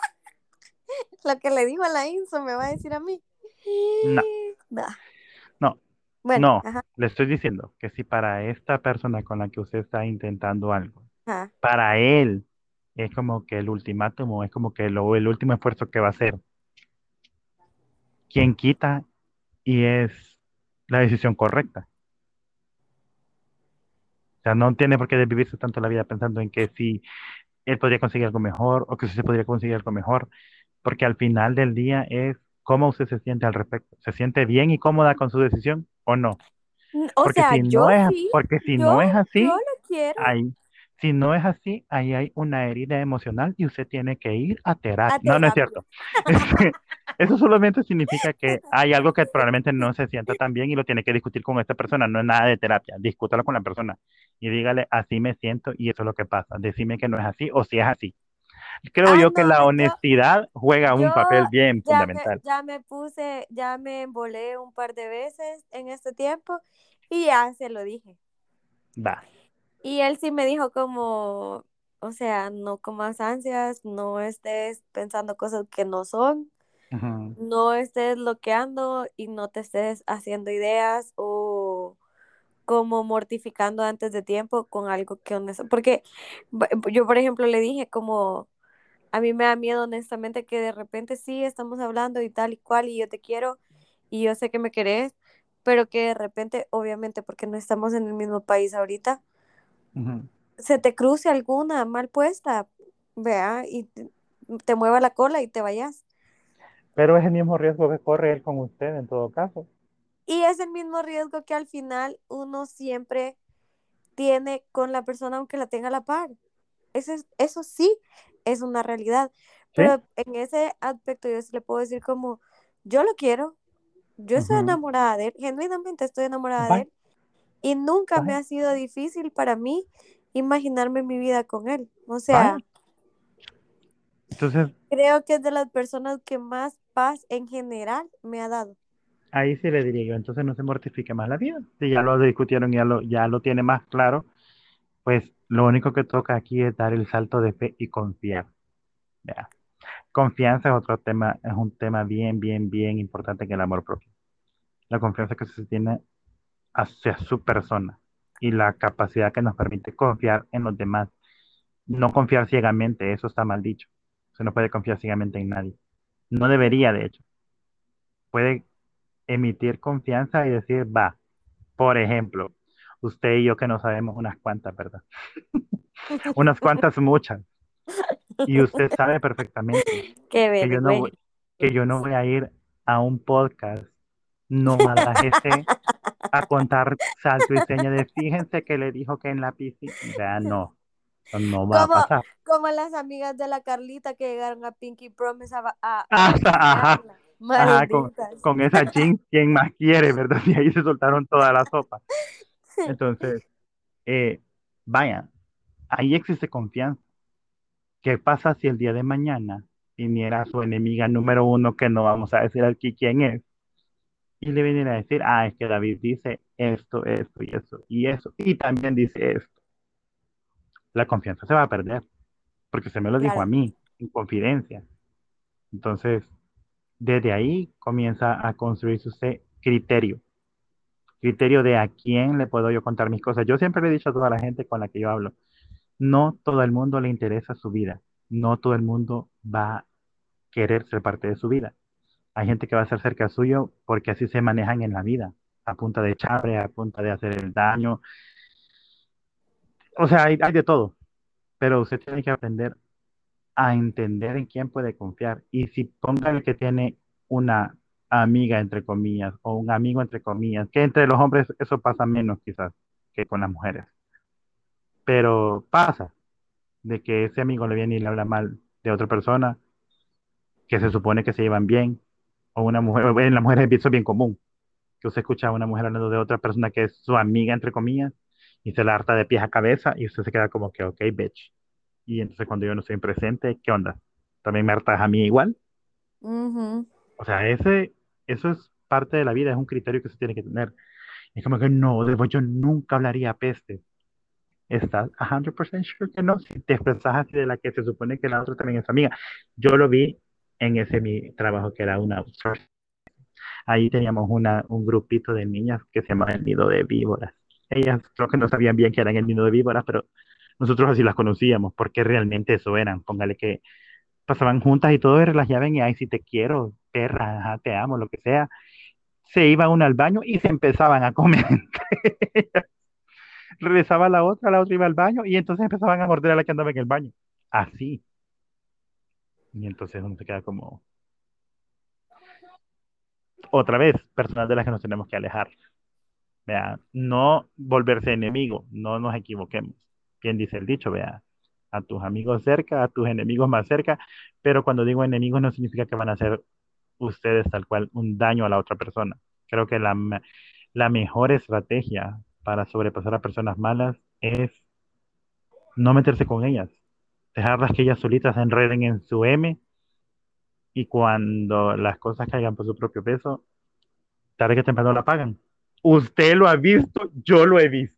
lo que le dijo a la Inso me va a decir a mí. no, Nah. no, Bueno, no, ajá, le estoy diciendo que si para esta persona con la que usted está intentando algo, ajá. para él es como que el ultimátum o es como que el último esfuerzo que va a hacer, quien quita y es la decisión correcta. O sea, no tiene por qué desvivirse tanto la vida pensando en que si él podría conseguir algo mejor o que usted podría conseguir algo mejor, porque al final del día es cómo usted se siente al respecto. ¿Se siente bien y cómoda con su decisión o no? O sea, Porque si yo, no es yo así, lo quiero ahí, si no es así, ahí hay una herida emocional y usted tiene que ir a a terapia. No, no es terapia. cierto. Este, eso solamente significa que hay algo que probablemente no se sienta tan bien y lo tiene que discutir con esta persona. No es nada de terapia. Discútalo con la persona y dígale, así me siento y eso es lo que pasa. Decime que no es así o si es así. Creo Ah, yo que no, la honestidad juega yo un papel bien fundamental. ya me puse, ya me embolé un par de veces en este tiempo Y ya se lo dije. Va. Y él sí me dijo como, o sea, no comas ansias, no estés pensando cosas que no son, Ujú, no estés bloqueando y no te estés haciendo ideas o como mortificando antes de tiempo con algo que porque yo, por ejemplo, le dije como, a mí me da miedo honestamente que de repente sí estamos hablando y tal y cual y yo te quiero y yo sé que me querés, pero que de repente, obviamente, porque no estamos en el mismo país ahorita, ujú. se te cruce alguna mal puesta, vea, y te mueva la cola y te vayas. Pero es el mismo riesgo que corre él con usted en todo caso. Y es el mismo riesgo que al final uno siempre tiene con la persona aunque la tenga a la par. Eso sí es una realidad. ¿Sí? Pero en ese aspecto yo sí le puedo decir como, yo lo quiero, yo estoy Ujú. enamorada de él, genuinamente estoy enamorada de Vaya, él y nunca me vaya, ha sido difícil para mí imaginarme mi vida con él. O vaya. sea, Entonces, creo que es de las personas que más paz en general me ha dado. ahí sí le diría yo, entonces no se mortifique más la vida. Si ya lo discutieron, ya lo tiene más claro, pues lo único que toca aquí es dar el salto de fe y confiar. Ya. Confianza es otro tema, es un tema bien, bien, bien importante en el amor propio. La confianza que se tiene hacia su persona y la capacidad que nos permite confiar en los demás. No confiar ciegamente, eso está mal dicho. Se no puede confiar ciegamente en nadie. No debería, de hecho. Puede emitir confianza y decir, va, por ejemplo, usted y yo que no sabemos unas cuantas, ¿verdad? Unas cuantas muchas. Y usted sabe perfectamente Qué que yo no voy, vergüenza. que yo no voy a ir a un podcast no malvajese a contar salto y seña de fíjense que le dijo que en la piscina. Vea, no, eso no va a Como, pasar. como las amigas de la Carlita que llegaron a Pinky Promise a Ajá, ajá, chismearla. ajá, Malditas. con esa jeans, ¿quién más quiere, verdad? Y ahí se soltaron toda la sopa. Entonces, eh, vaya, ahí existe confianza. ¿Qué pasa si el día de mañana viniera su enemiga número uno, que no vamos a decir aquí quién es, y le viniera a decir, ah, es que David dice esto, esto y eso, y también dice esto? La confianza se va a perder, porque se me lo dijo a Claro, mí, en confidencia. Entonces, desde ahí comienza a construirse usted criterio de a quién le puedo yo contar mis cosas. Yo siempre le he dicho a toda la gente con la que yo hablo, no todo el mundo le interesa su vida, no todo el mundo va a querer ser parte de su vida. Hay gente que va a ser cerca suyo porque así se manejan en la vida, a punta de chable, a punta de hacer el daño. O sea, hay de todo, pero usted tiene que aprender a entender en quién puede confiar. Y si ponga el que tiene una amiga, entre comillas, o un amigo, entre comillas, que entre los hombres eso pasa menos quizás que con las mujeres, pero pasa de que ese amigo le viene y le habla mal de otra persona que se supone que se llevan bien, o una mujer, en las mujeres eso es bien común, que usted escucha a una mujer hablando de otra persona que es su amiga, entre comillas, y se la harta de pies a cabeza, y usted se queda como que, ok, bitch. Y entonces cuando yo no estoy presente, ¿qué onda? ¿También me hartas a mí igual? ujú, O sea, eso es parte de la vida, es un criterio que se tiene que tener. Es como que no, yo nunca hablaría peste. ¿Estás 100% sure que no? Si te expresas así de la que se supone que la otra también es amiga. Yo lo vi en ese mi trabajo que era una outsourcing. Ahí teníamos un grupito de niñas que se llamaba el nido de víboras. Ellas creo que no sabían bien que eran el nido de víboras, pero nosotros así las conocíamos, porque realmente eso eran. Póngale que pasaban juntas y todo, y relajaban y ay, si te quiero, perra, ajá, te amo, lo que sea. Se iba una al baño y se empezaban a comer. Regresaba la otra iba al baño y entonces empezaban a morder a la que andaba en el baño. Así. Y entonces uno se queda como, otra vez, personas de las que nos tenemos que alejar. Vea, no volverse enemigo, no nos equivoquemos. Bien dice el dicho, vea, a tus amigos cerca, a tus enemigos más cerca, pero cuando digo enemigos no significa que van a ser ustedes tal cual un daño a la otra persona. Creo que la mejor estrategia para sobrepasar a personas malas es no meterse con ellas, dejarlas que ellas solitas se enreden en su M y cuando las cosas caigan por su propio peso, tarde que temprano la pagan. Usted lo ha visto, yo lo he visto.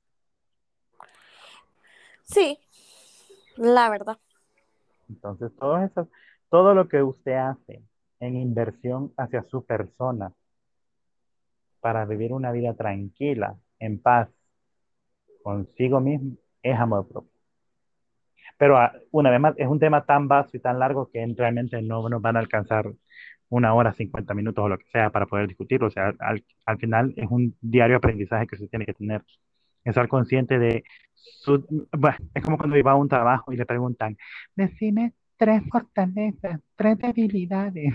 Sí, la verdad. Entonces, todo lo que usted hace en inversión hacia su persona para vivir una vida tranquila, en paz, consigo mismo, es amor propio. Pero una vez más, es un tema tan vasto y tan largo que realmente no nos van a alcanzar 1 hora, 50 minutos o lo que sea para poder discutirlo. O sea, al final es un diario aprendizaje que se tiene que tener. Estar consciente de bueno, es como cuando iba a un trabajo y le preguntan, decime 3 fortalezas, 3 debilidades.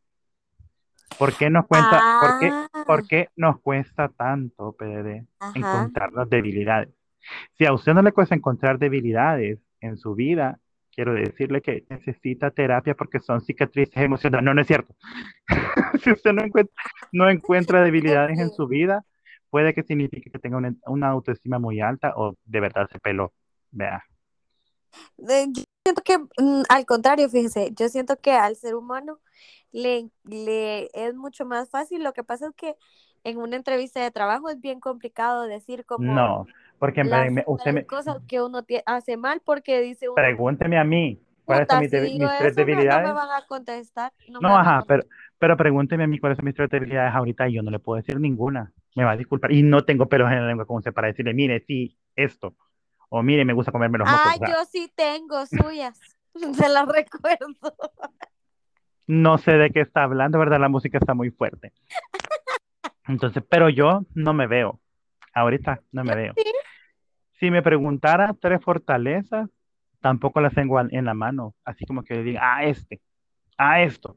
¿Por Ah, qué nos cuesta tanto, PDD, ajá. encontrar las debilidades? Si a usted no le cuesta encontrar debilidades en su vida, quiero decirle que necesita terapia porque son cicatrices emocionales. No, no es cierto. Si usted no encuentra debilidades en Ok. su vida, puede que signifique que tenga una autoestima muy alta o de verdad se peló. Vea. Yo siento que, al contrario, fíjese, yo siento que al ser humano le es mucho más fácil. Lo que pasa es que en una entrevista de trabajo es bien complicado decir como No, porque las usted tres me, cosas que uno hace mal porque dice uno, pregúnteme a mí, ¿cuáles son puta, si digo mis tres eso no me debilidades? van a contestar, no me No, van a ajá, contestar. pero pregúnteme a mí cuáles son mis tres debilidades ahorita y yo no le puedo decir ninguna. Me va a disculpar. Y no tengo pelos en la lengua como usted para decirle, mire, sí, esto. O mire, me gusta comerme los mocos. Ah, O sea, yo sí tengo suyas, se las recuerdo. no sé de qué está hablando, ¿verdad? La música está muy fuerte. Entonces, pero yo no me veo. Ahorita no Yo me veo. sí. Si me preguntara 3 fortalezas, tampoco las tengo en la mano. Así como que diga, esto.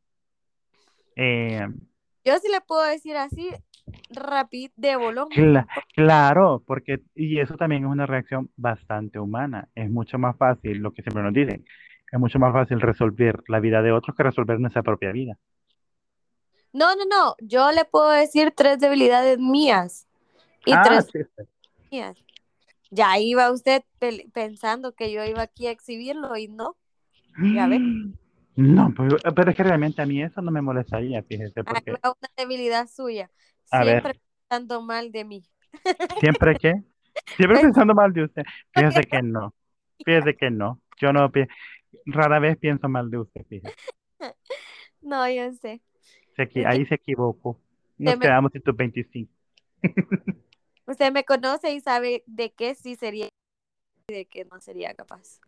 Eh, Yo sí le puedo decir así, rápido, de bolón. claro, porque, y eso también es una reacción bastante humana. Es mucho más fácil, lo que siempre nos dicen, es mucho más fácil resolver la vida de otros que resolver nuestra propia vida. No, no, no. Yo le puedo decir tres debilidades mías y Ah, tres sí. mías. Ya iba usted pensando que yo iba aquí a exhibirlo y no, ya ve. No, pero es que realmente a mí eso no me molestaría, fíjese, Ahí porque, va una debilidad suya. a Siempre ver, pensando mal de mí. siempre que, siempre Pensando pensando mal de usted, que fíjese que no, fíjese que no, yo no, rara vez pienso mal de usted, fíjese. no, yo sé. Es que Ahí se equivocó. usted Nos me, quedamos en tus 25. usted me conoce y sabe de qué sí sería y de qué no sería capaz.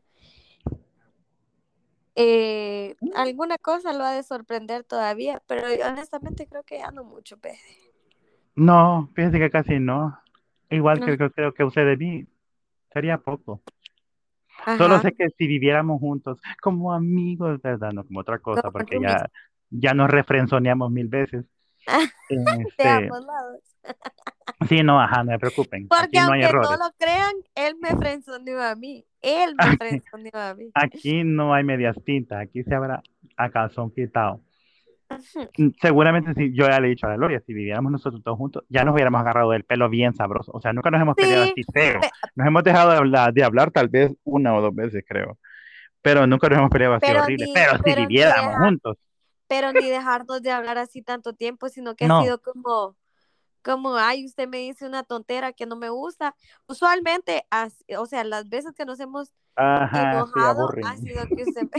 Alguna cosa lo ha de sorprender todavía, pero yo honestamente creo que ya no mucho, pe. No, fíjese que casi no. Igual No. que creo que usted de mí, sería poco. Solo Ajá. sé que si viviéramos juntos como amigos, ¿verdad? No como otra cosa, Como porque roomies. ya nos refrenzoneamos 1000 veces. De Este, ambos lados. sí, no, ajá, no se preocupen. Porque Aquí no hay aunque no errores. lo crean, él me frenzoneó a mí. Él me Aquí, frenzoneó a mí. aquí no hay medias tintas. Aquí se habrá a calzón quitado. Seguramente si yo ya le he dicho a la Gloria, si viviéramos nosotros todos juntos, ya nos hubiéramos agarrado del pelo bien sabroso. O sea, nunca nos hemos peleado Sí, así feo. pe- Nos hemos dejado de hablar tal vez 1 o 2 veces, creo. Pero nunca nos hemos peleado así pero horrible. ni, Pero si pero ni viviéramos dejar, juntos. pero ni dejarnos de hablar así tanto tiempo, sino que ha No. sido como, ay, usted me dice una tontera que no me gusta. Usualmente, o sea, las veces que nos hemos Ajá, sí, enojado ha aburren. sido que usted,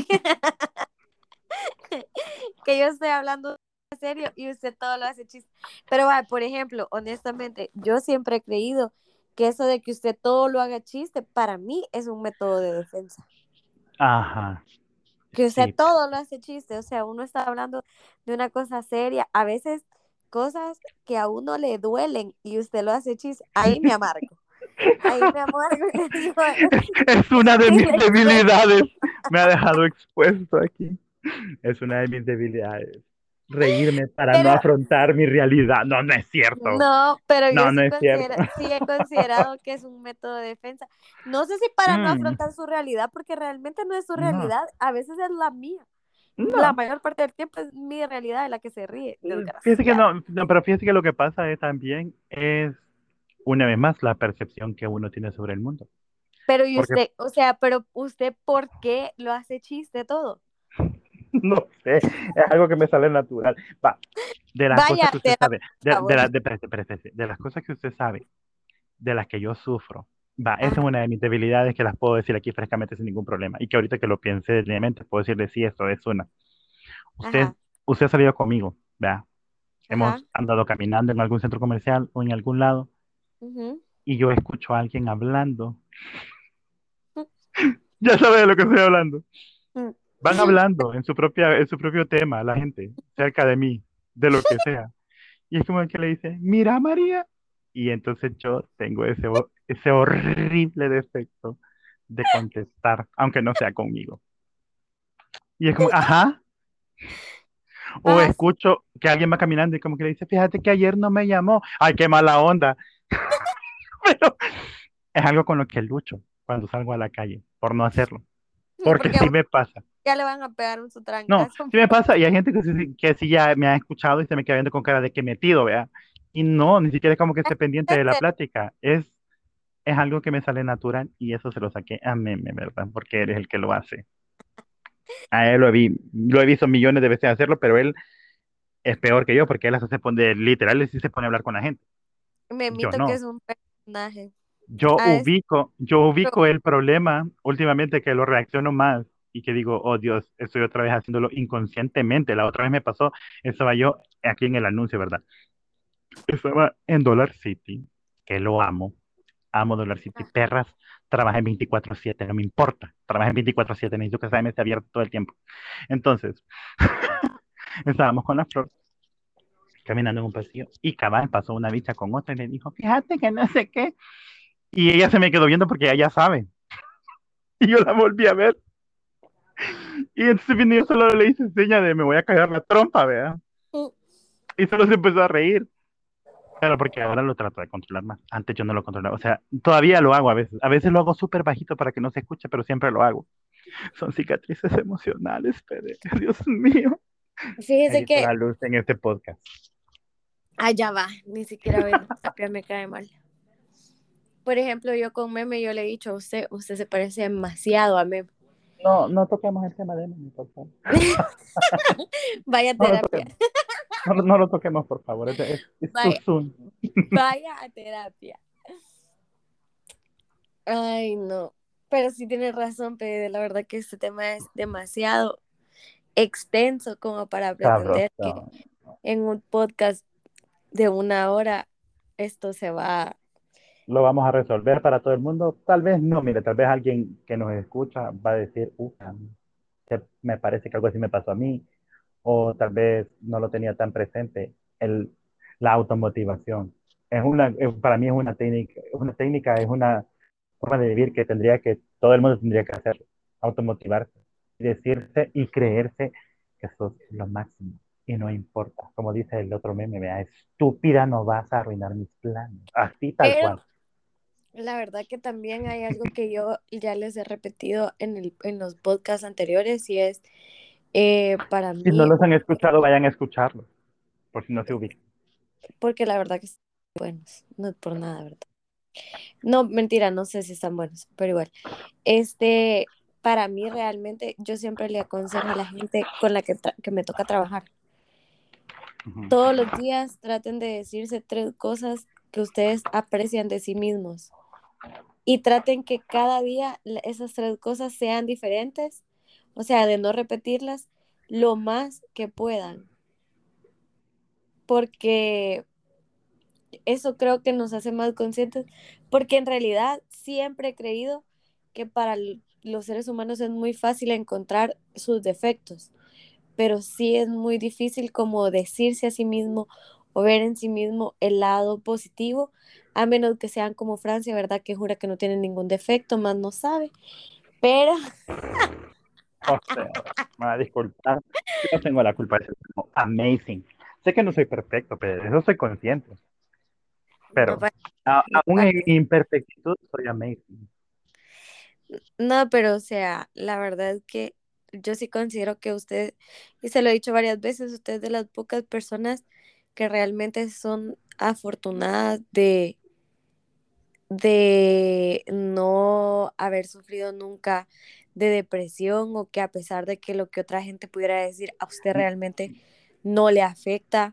que yo estoy hablando en serio y usted todo lo hace chiste. Pero, por ejemplo, honestamente, yo siempre he creído que eso de que usted todo lo haga chiste, para mí es un método de defensa. Ajá, Que usted sí. todo lo hace chiste, o sea, uno está hablando de una cosa seria, a veces cosas que a uno le duelen y usted lo hace chiste, ahí me amargo y le digo, Es una de y mis le expreso. debilidades. Me ha dejado expuesto aquí. Es una de mis debilidades. Reírme para no Pero afrontar mi realidad. No, no es cierto. no, pero yo No, no es cierto. sí he considerado que es un método de defensa. No sé si para no Mm, afrontar su realidad, porque realmente no es su no, realidad, a veces es la mía. La no. mayor parte del tiempo es mi realidad de la que se ríe, Fíjese que desgraciado. no, no, pero fíjese que lo que pasa es también es, una vez más, la percepción que uno tiene sobre el mundo. Pero y Porque usted, o sea, pero usted, ¿por qué lo hace chiste todo? No sé, es algo que me sale natural. Va, de las cosas Vaya, que usted terapia, sabe, por favor. espérese, espérese, de las cosas que usted sabe, de las que yo sufro. Va, esa Ajá, es una de mis debilidades que las puedo decir aquí frescamente sin ningún problema. Y que ahorita que lo piense detenidamente, puedo decirle, sí, esto es una. Usted, ajá, usted ha salido conmigo, vea. ajá. Hemos andado caminando en algún centro comercial o en algún lado Ujú. y yo escucho a alguien hablando. Ya sabe de lo que estoy hablando. Van hablando en su propio tema, la gente, cerca de mí, de lo que sea. Y es como que le dice, mira María. Y entonces yo tengo ese horrible defecto de contestar, aunque no sea conmigo. Y es como, ajá. O Ah, sí. escucho que alguien va caminando y como que le dice, fíjate que ayer no me llamó. Ay, qué mala onda. Pero es algo con lo que lucho cuando salgo a la calle, por no hacerlo. Porque Porque a sí uno me pasa. ya le van a pegar un su No, trancazo. sí me pasa y hay gente que sí ya me ha escuchado y se me queda viendo con cara de que metido, vea. Y no, ni siquiera es como que esté pendiente de la plática. Es algo que me sale natural y eso se lo saqué a meme, ¿verdad? Porque él es el que lo hace. A él lo he visto millones de veces hacerlo, pero él es peor que yo porque él hasta se pone, literal, él sí se pone a hablar con la gente. Me Yo admito que no. es un personaje. Yo A eso, ubico, yo ubico el problema últimamente que lo reacciono más y que digo, oh Dios, estoy otra vez haciéndolo inconscientemente. La otra vez me pasó, estaba yo aquí en el anuncio, ¿verdad? Estaba en Dollar City, que lo amo. Amo Dollar City. ah, Perras, trabaja en 24/7, no me importa. Trabaja en 24/7, necesito que esa M esté abierto todo el tiempo. Entonces, estábamos con la flor caminando en un pasillo y cabal pasó una bicha con otra y le dijo, fíjate que no sé qué. Y ella se me quedó viendo porque ella ya sabe. Y yo la volví a ver. Y entonces vino yo solo le hice seña de me voy a cagar la trompa, vea. mm, Y solo se empezó a reír. Claro, porque ahora lo trato de controlar más. Antes yo no lo controlaba. O sea, todavía lo hago a veces. A veces lo hago súper bajito para que no se escuche, pero siempre lo hago. Son cicatrices emocionales, Pere. Dios mío. He fíjese visto que la luz en este podcast. allá va, ni siquiera ver terapia me cae mal. Por ejemplo, yo con Meme, yo le he dicho a usted, usted se parece demasiado a Meme. No, no toquemos el tema de Emily, por favor. Vaya No lo terapia, toquemos. No, no lo toquemos, por favor. Es too vaya, soon. vaya a terapia. Ay, no. Pero sí tienes razón, Pedro. La verdad que este tema es demasiado extenso como para pretender que Sabroso. en un podcast de 1 hora esto se va. Lo vamos a resolver para todo el mundo. Tal vez no, mire, tal vez alguien que nos escucha va a decir, me parece que algo así me pasó a mí, o tal vez no lo tenía tan presente. La automotivación. Para mí es una forma de vivir que todo el mundo tendría que hacer, automotivarse, y decirse y creerse que sos lo máximo. Y no importa, como dice el otro meme, vea, estúpida, no vas a arruinar mis planes. Así tal Pero cual. la verdad que también hay algo que yo ya les he repetido en los podcasts anteriores y es para Si no mí, los han escuchado, vayan a escucharlos, por si no se ubican. porque la verdad que están buenos, no es por nada, ¿verdad? No, mentira, no sé si están buenos, pero igual. Para mí realmente, yo siempre le aconsejo a la gente con la que me toca trabajar. Ujú. Todos los días traten de decirse 3 cosas que ustedes aprecian de sí mismos y traten que cada día esas 3 cosas sean diferentes, o sea, de no repetirlas lo más que puedan, porque eso creo que nos hace más conscientes, porque en realidad siempre he creído que para los seres humanos es muy fácil encontrar sus defectos, pero sí es muy difícil como decirse a sí mismo o ver en sí mismo el lado positivo, a menos que sean como Francia, ¿verdad? Que jura que no tiene ningún defecto, más no sabe, pero O sea, me va a disculpar. Yo no tengo la culpa de ser como amazing. Sé que no soy perfecto, pero de eso soy consciente. no, Pero no aún en vale. mi imperfectitud soy amazing. No, pero o sea, la verdad es que yo sí considero que usted, y se lo he dicho varias veces, usted es de las pocas personas que realmente son afortunadas de no haber sufrido nunca de depresión o que a pesar de que lo que otra gente pudiera decir, a usted realmente no le afecta?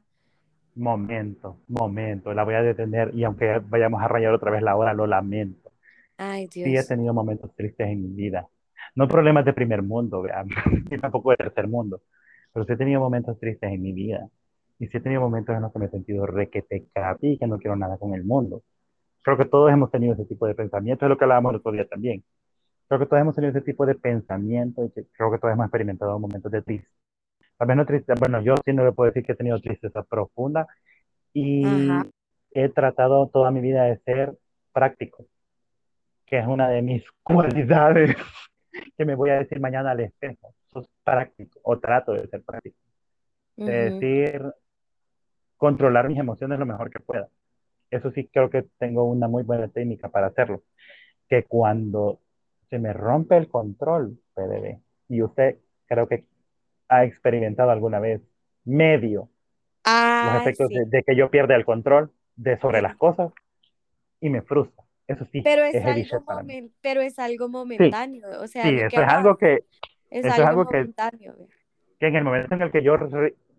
Momento, la voy a detener y aunque vayamos a rayar otra vez la hora, lo lamento. Ay, Sí he Dios. tenido momentos tristes en mi vida. No problemas de primer mundo, vean, y tampoco de tercer mundo, pero sí he tenido momentos tristes en mi vida. Y sí he tenido momentos en los que me he sentido requete capi y que no quiero nada con el mundo. Creo que todos hemos tenido ese tipo de pensamientos, es lo que hablábamos el otro día también. Creo que todos hemos tenido ese tipo de pensamiento y que creo que todos hemos experimentado momentos de tristeza. Tal vez no tristeza, bueno, yo sí no le puedo decir que he tenido tristeza profunda Ajá. y he tratado toda mi vida de ser práctico, que es una de mis cualidades que me voy a decir mañana al espejo. Sos práctico, o trato de ser práctico. De Ujú. decir, controlar mis emociones lo mejor que pueda. Eso sí creo que tengo una muy buena técnica para hacerlo. Que cuando se me rompe el control, PDB, y usted creo que ha experimentado alguna vez medio los Ah, efectos sí. de que yo pierda el control de sobre las Sí. cosas y me frustra. Eso sí, es heavy shit para mí. Pero es algo Sí, momentáneo. O sea, sí, lo que eso es acabas algo de decir es eso es algo algo momentáneo. que en el momento en el que yo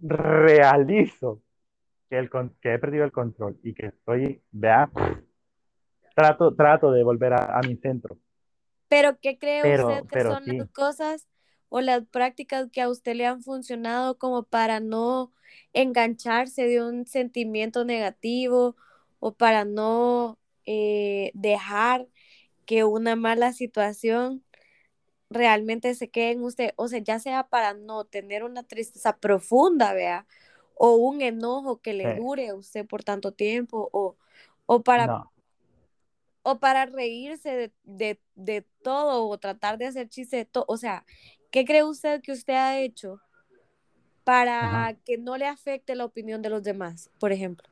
realizo que he perdido el control y que estoy, vea, trato de volver a mi centro. Pero, ¿qué cree usted que Pero son las sí, cosas o las prácticas que a usted le han funcionado como para no engancharse de un sentimiento negativo o para no dejar que una mala situación realmente se quede en usted? O sea, ya sea para no tener una tristeza profunda, vea, o un enojo que le sí, dure a usted por tanto tiempo, o para no, o para reírse de todo o tratar de hacer chiste de todo. O sea, ¿qué cree usted que usted ha hecho ajá. para que no le afecte la opinión de los demás, por ejemplo?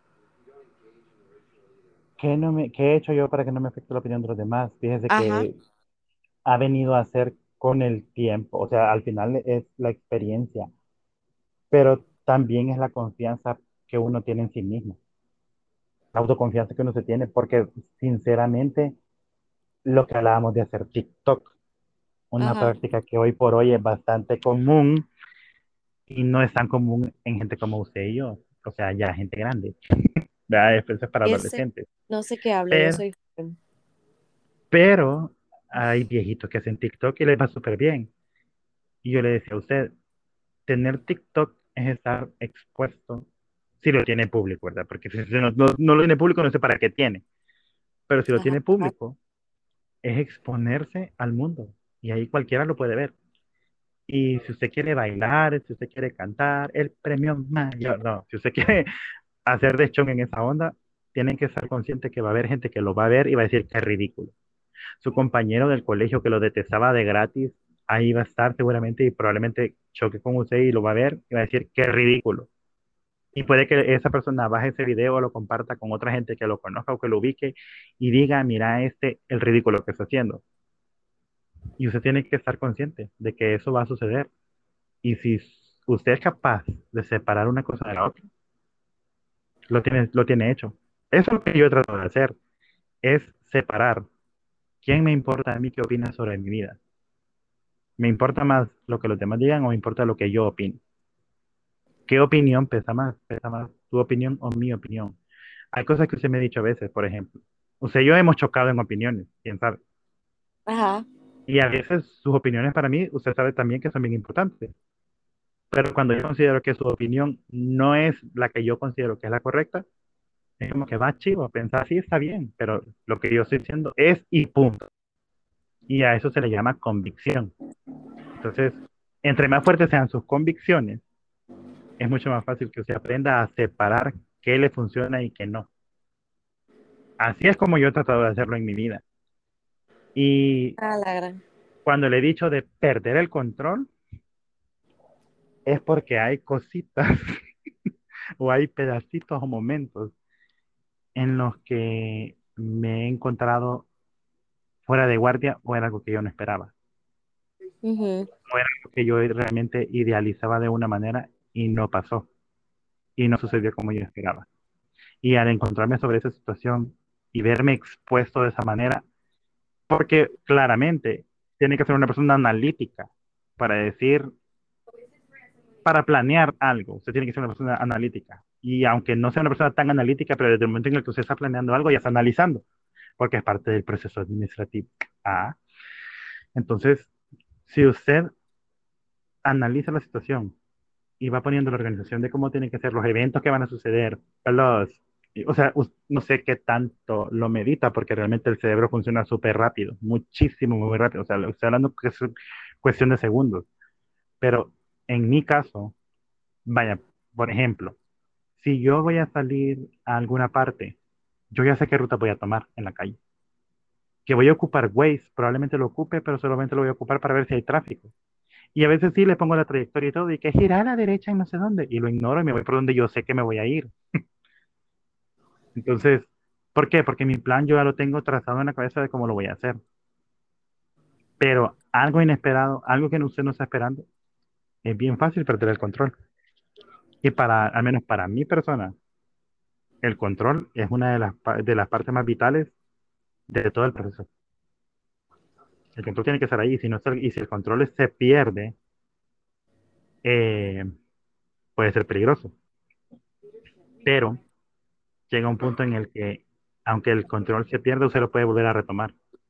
¿Qué he hecho yo para que no me afecte la opinión de los demás? Fíjese Ajá, que ha venido a ser con el tiempo, o sea, al final es la experiencia, pero también es la confianza que uno tiene en sí mismo, la autoconfianza que uno se tiene, porque sinceramente lo que hablábamos de hacer TikTok, una ajá. práctica que hoy por hoy es bastante común y no es tan común en gente como usted y yo, o sea, ya gente grande, ¿verdad? Eso es para Ese, adolescentes, no sé qué habla, yo pero, soy joven. pero hay viejitos que hacen TikTok y les va súper bien. Y yo le decía a usted, tener TikTok es estar expuesto, si lo tiene público, ¿verdad? Porque si no lo tiene público, no sé para qué tiene, pero si lo Ajá, tiene público, es exponerse al mundo y ahí cualquiera lo puede ver. Y si usted quiere bailar, si usted quiere cantar, el premio mayor, no, si usted quiere hacer de show en esa onda, tienen que estar conscientes que va a haber gente que lo va a ver y va a decir que es ridículo. Su compañero del colegio que lo detestaba de gratis, ahí va a estar seguramente y probablemente choque con usted y lo va a ver y va a decir que es ridículo. Y puede que esa persona baje ese video o lo comparta con otra gente que lo conozca o que lo ubique y diga, mira el ridículo que está haciendo. Y usted tiene que estar consciente de que eso va a suceder. Y si usted es capaz de separar una cosa de la otra, lo tiene hecho. Eso es lo que yo trato de hacer, es separar. ¿Quién me importa a mí qué opina sobre mi vida? ¿Me importa más lo que los demás digan o me importa lo que yo opino? ¿Qué opinión pesa más? ¿Pesa más tu opinión o mi opinión? Hay cosas que usted me ha dicho a veces, por ejemplo. Usted y yo hemos chocado en opiniones, quién sabe. ajá, Y a veces sus opiniones para mí, usted sabe también que son bien importantes. Pero cuando yo considero que su opinión no es la que yo considero que es la correcta, es como que va chivo, pensar sí está bien, pero lo que yo estoy diciendo es y punto. Y a eso se le llama convicción. Entonces, entre más fuertes sean sus convicciones, es mucho más fácil que usted aprenda a separar qué le funciona y qué no. Así es como yo he tratado de hacerlo en mi vida. Y a la gran. cuando le he dicho de perder el control, es porque hay cositas o hay pedacitos o momentos en los que me he encontrado fuera de guardia o era algo que yo no esperaba. Ujú. O era algo que yo realmente idealizaba de una manera y no pasó. Y no sucedió como yo esperaba. Y al encontrarme sobre esa situación y verme expuesto de esa manera, porque claramente tiene que ser una persona analítica para decir, para planear algo. Usted tiene que ser una persona analítica. Y aunque no sea una persona tan analítica, pero desde el momento en el que usted está planeando algo, ya está analizando, porque es parte del proceso administrativo. Ah, entonces, si usted analiza la situación y va poniendo la organización de cómo tienen que ser los eventos que van a suceder, o sea, no sé qué tanto lo medita, porque realmente el cerebro funciona súper rápido, muchísimo, muy rápido. O sea, estoy hablando que es cuestión de segundos. Pero en mi caso, vaya, por ejemplo, si yo voy a salir a alguna parte, yo ya sé qué ruta voy a tomar en la calle. Que voy a ocupar Waze, probablemente lo ocupe, pero solamente lo voy a ocupar para ver si hay tráfico. Y a veces sí le pongo la trayectoria y todo, y que gira a la derecha y no sé dónde, y lo ignoro y me voy por donde yo sé que me voy a ir. Entonces, ¿por qué? Porque mi plan yo ya lo tengo trazado en la cabeza de cómo lo voy a hacer. Pero algo inesperado, algo que usted no está esperando, es bien fácil perder el control. Y al menos para mi persona, el control es una de las partes más vitales de todo el proceso. El control tiene que estar ahí, si no y si el control se pierde, eh, puede ser peligroso. Pero llega un punto en el que, aunque el control se pierda, usted lo puede volver a retomar.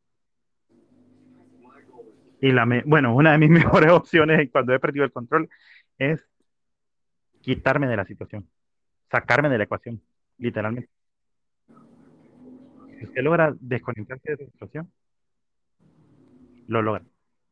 Y bueno, una de mis mejores opciones cuando he perdido el control es quitarme de la situación, sacarme de la ecuación, literalmente. Si usted logra desconectarse de esa situación, lo logra.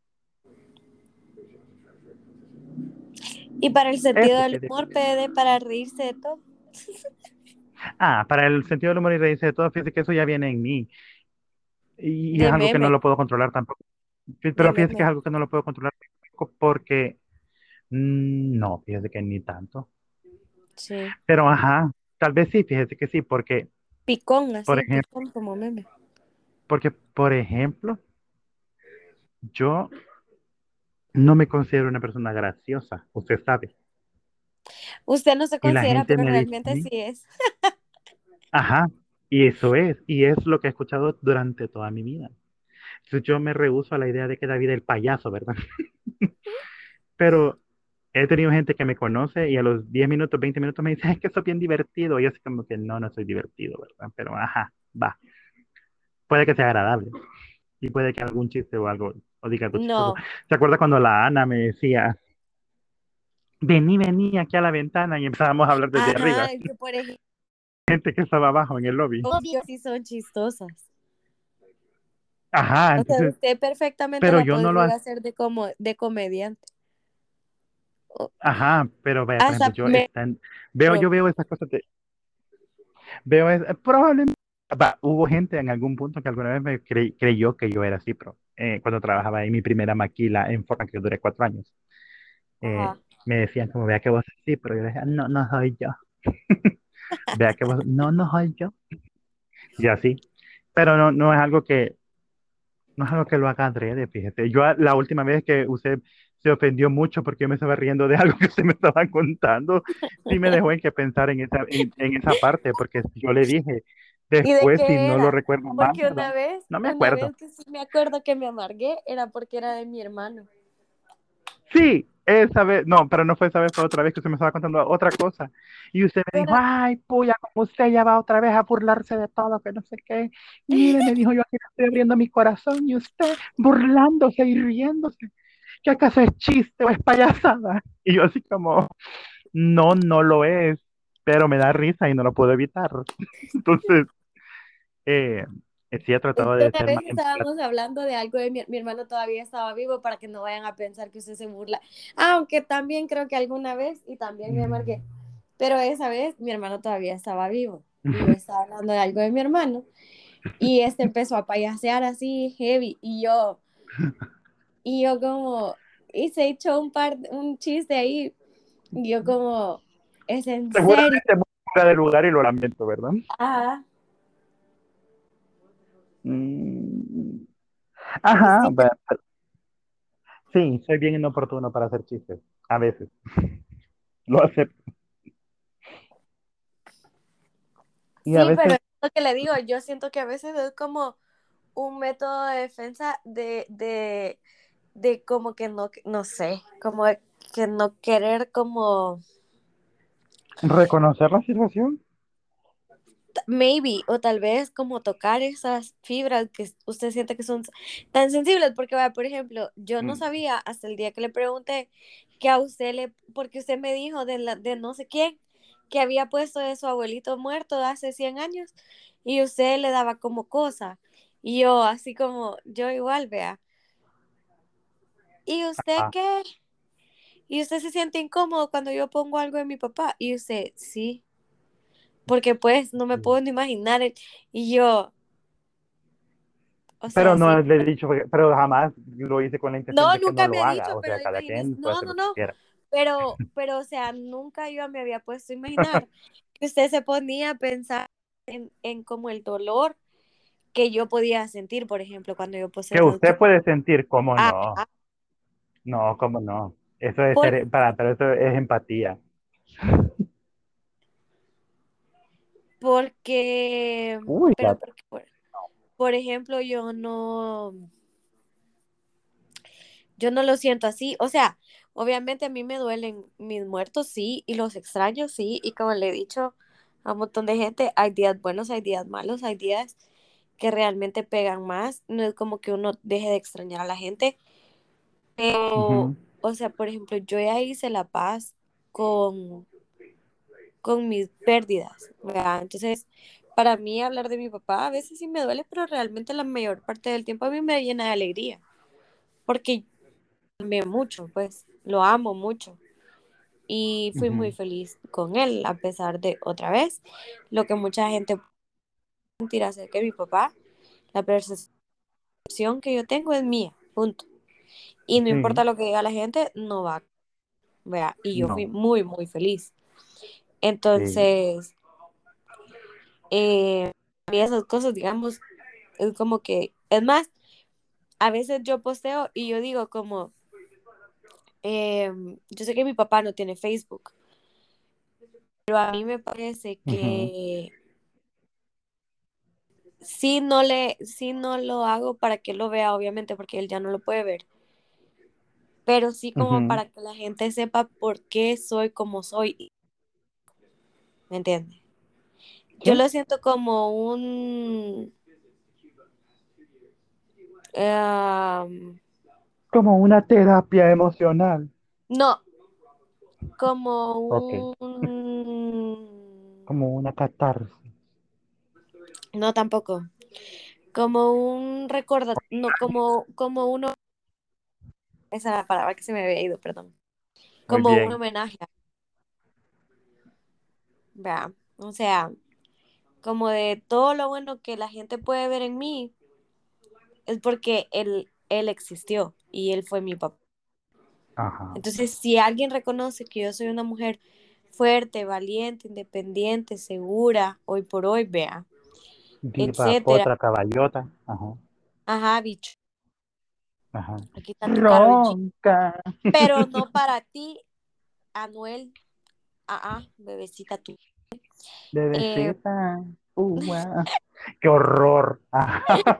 Y para el sentido Eso del que de- humor, PD, para reírse de todo, para el sentido del humor y reírse de todo, fíjese que eso ya viene en mí. Y es de algo que no meme, lo puedo controlar tampoco. de Pero fíjese que meme. es algo que no lo puedo controlar tampoco porque no, fíjese que ni tanto. Sí. Pero ajá, tal vez sí, fíjese que sí, Picón, por así, ejemplo, picón como meme. por ejemplo, yo no me considero una persona graciosa, usted sabe. Usted no se Y la considera, gente pero me dice a realmente mí, sí es. ajá, y es lo que he escuchado durante toda mi vida. Entonces yo me rehúso a la idea de que David es el payaso, ¿verdad? Pero he tenido gente que me conoce y a los 10 minutos, 20 minutos me dice, es que eso es bien divertido. Y yo así como que no, no soy divertido, ¿verdad? Pero ajá, va. Puede que sea agradable y puede que algún chiste o algo, o diga algo chistoso. No. ¿Se acuerda cuando la Ana me decía, vení, vení aquí a la ventana y empezábamos a hablar desde Ajá, arriba? es que por ejemplo, Gente que estaba abajo en el lobby. obvio sí son chistosas. Ajá, O sea, entonces, usted perfectamente pero la yo no lo podría hacía. hacer de comediante. O- Ajá, pero vaya, por ejemplo, Hasta me yo veo esas cosas probablemente, hubo gente en algún punto que alguna vez creyó que yo era así, pero cuando trabajaba en mi primera maquila en Forma, que duré 4 años, ajá. me decían como, vea que vos sí, pero yo decía, no, no soy yo. Vea que vos, no, no soy yo. Y así. Pero no es algo que lo haga adrede, fíjate. La última vez que usted se ofendió mucho porque yo me estaba riendo de algo que usted me estaba contando, sí me dejó en que pensar en esa parte, porque yo le dije, ¿Y de después, si qué no lo era? recuerdo mal, Porque ¿verdad? No me una acuerdo. vez que sí me acuerdo que me amargué, era porque era de mi hermano. Sí, esa vez, no, pero no fue esa vez, fue otra vez que usted me estaba contando otra cosa. Y usted me dijo, Pero, ay, puya, como usted ya va otra vez a burlarse de todo, que no sé qué. Mire, me dijo, yo aquí le estoy abriendo mi corazón y usted burlándose y riéndose. ¿Qué acaso es chiste o es payasada? Y yo así como, no, no lo es, pero me da risa y no lo puedo evitar. Entonces, eh, sí he es tratado que de una ser más vez estábamos empático. hablando de algo de mi hermano todavía estaba vivo para que no vayan a pensar que usted se burla. Aunque también creo que alguna vez y también me amargué. Pero esa vez mi hermano todavía estaba vivo y yo estaba hablando de algo de mi hermano y este empezó a payasear así heavy y yo como y se echó un chiste ahí y yo como es en serio. Seguramente muy fuera de lugar y lo lamento, ¿verdad? Ajá. Mm, Y ajá, sí, sí, soy bien inoportuno para hacer chistes, a veces, lo acepto. Y a sí, pero veces, es lo que le digo, yo siento que a veces es como un método de defensa de como que no, no sé, como que no querer como Reconocer la situación. maybe, o tal vez como tocar esas fibras que usted siente que son tan sensibles, porque, vaya, por ejemplo, yo no Mm, sabía hasta el día que le pregunté que a usted le, porque usted me dijo de no sé quién, que había puesto de su abuelito muerto hace 100 años y usted le daba como cosa. Y yo, así como, yo igual, vea. ¿Y usted ah, qué? ¿Y usted se siente incómodo cuando yo pongo algo de mi papá? Y usted, sí, porque pues no me sí. puedo ni imaginar. Y yo, o Pero sea, no sí. le he dicho, pero jamás lo hice con la intención No, de que no nunca me lo ha haga. dicho, O pero sea, cada imagínese, quien puede no, hacer no, lo que no, quiera. o sea, nunca yo me había puesto a imaginar que usted se ponía a pensar en como el dolor que yo podía sentir, por ejemplo, cuando yo puse Que esas usted fibras. puede sentir, cómo no. Ajá, No, cómo no. Eso es por, ser, pero eso es empatía. porque, Uy, pero porque, por ejemplo, yo no lo siento así, o sea, obviamente a mí me duelen mis muertos, sí, y los extraños, sí, y como le he dicho a un montón de gente, hay días buenos, hay días malos, hay días que realmente pegan más, no es como que uno deje de extrañar a la gente, pero, ujú, o sea, por ejemplo, yo ya hice la paz con, con mis pérdidas, ¿verdad? Entonces, para mí hablar de mi papá a veces sí me duele, pero realmente la mayor parte del tiempo a mí me llena de alegría, porque amé mucho, pues, lo amo mucho. Y fui muy ujú. feliz con él, a pesar de otra vez lo que mucha gente puede sentir acerca de mi papá. La percepción que yo tengo es mía, punto. Y no importa Sí, lo que diga la gente, no va, ¿verdad? Y yo fui no, muy, muy feliz. sí. Entonces, a mí esas cosas, digamos, es como que, es más, a veces yo posteo y yo digo como, yo sé que mi papá no tiene Facebook, pero a mí me parece Ujú, que sí no lo hago para que él lo vea, obviamente, porque él ya no lo puede ver, pero sí como ujú. para que la gente sepa por qué soy como soy, ¿me entiendes? Yo Sí, lo siento como um, como una terapia emocional. no, como Ok, como una catarsis. no tampoco, como un no, como uno, esa era la palabra que se me había ido, perdón, Muy como un bien. homenaje, ¿verdad? O sea, como de todo lo bueno que la gente puede ver en mí, es porque él existió y él fue mi papá. Ajá. Entonces, si alguien reconoce que yo soy una mujer fuerte, valiente, independiente, segura, hoy por hoy, vea, Diva, etcétera. potra, caballota. Ajá, Ajá, bicho, ajá. aquí está tu Karol G. Ronca. Pero no para ti, Anuel, bebecita tú. Eh, Bebecita. Qué horror. Ajá.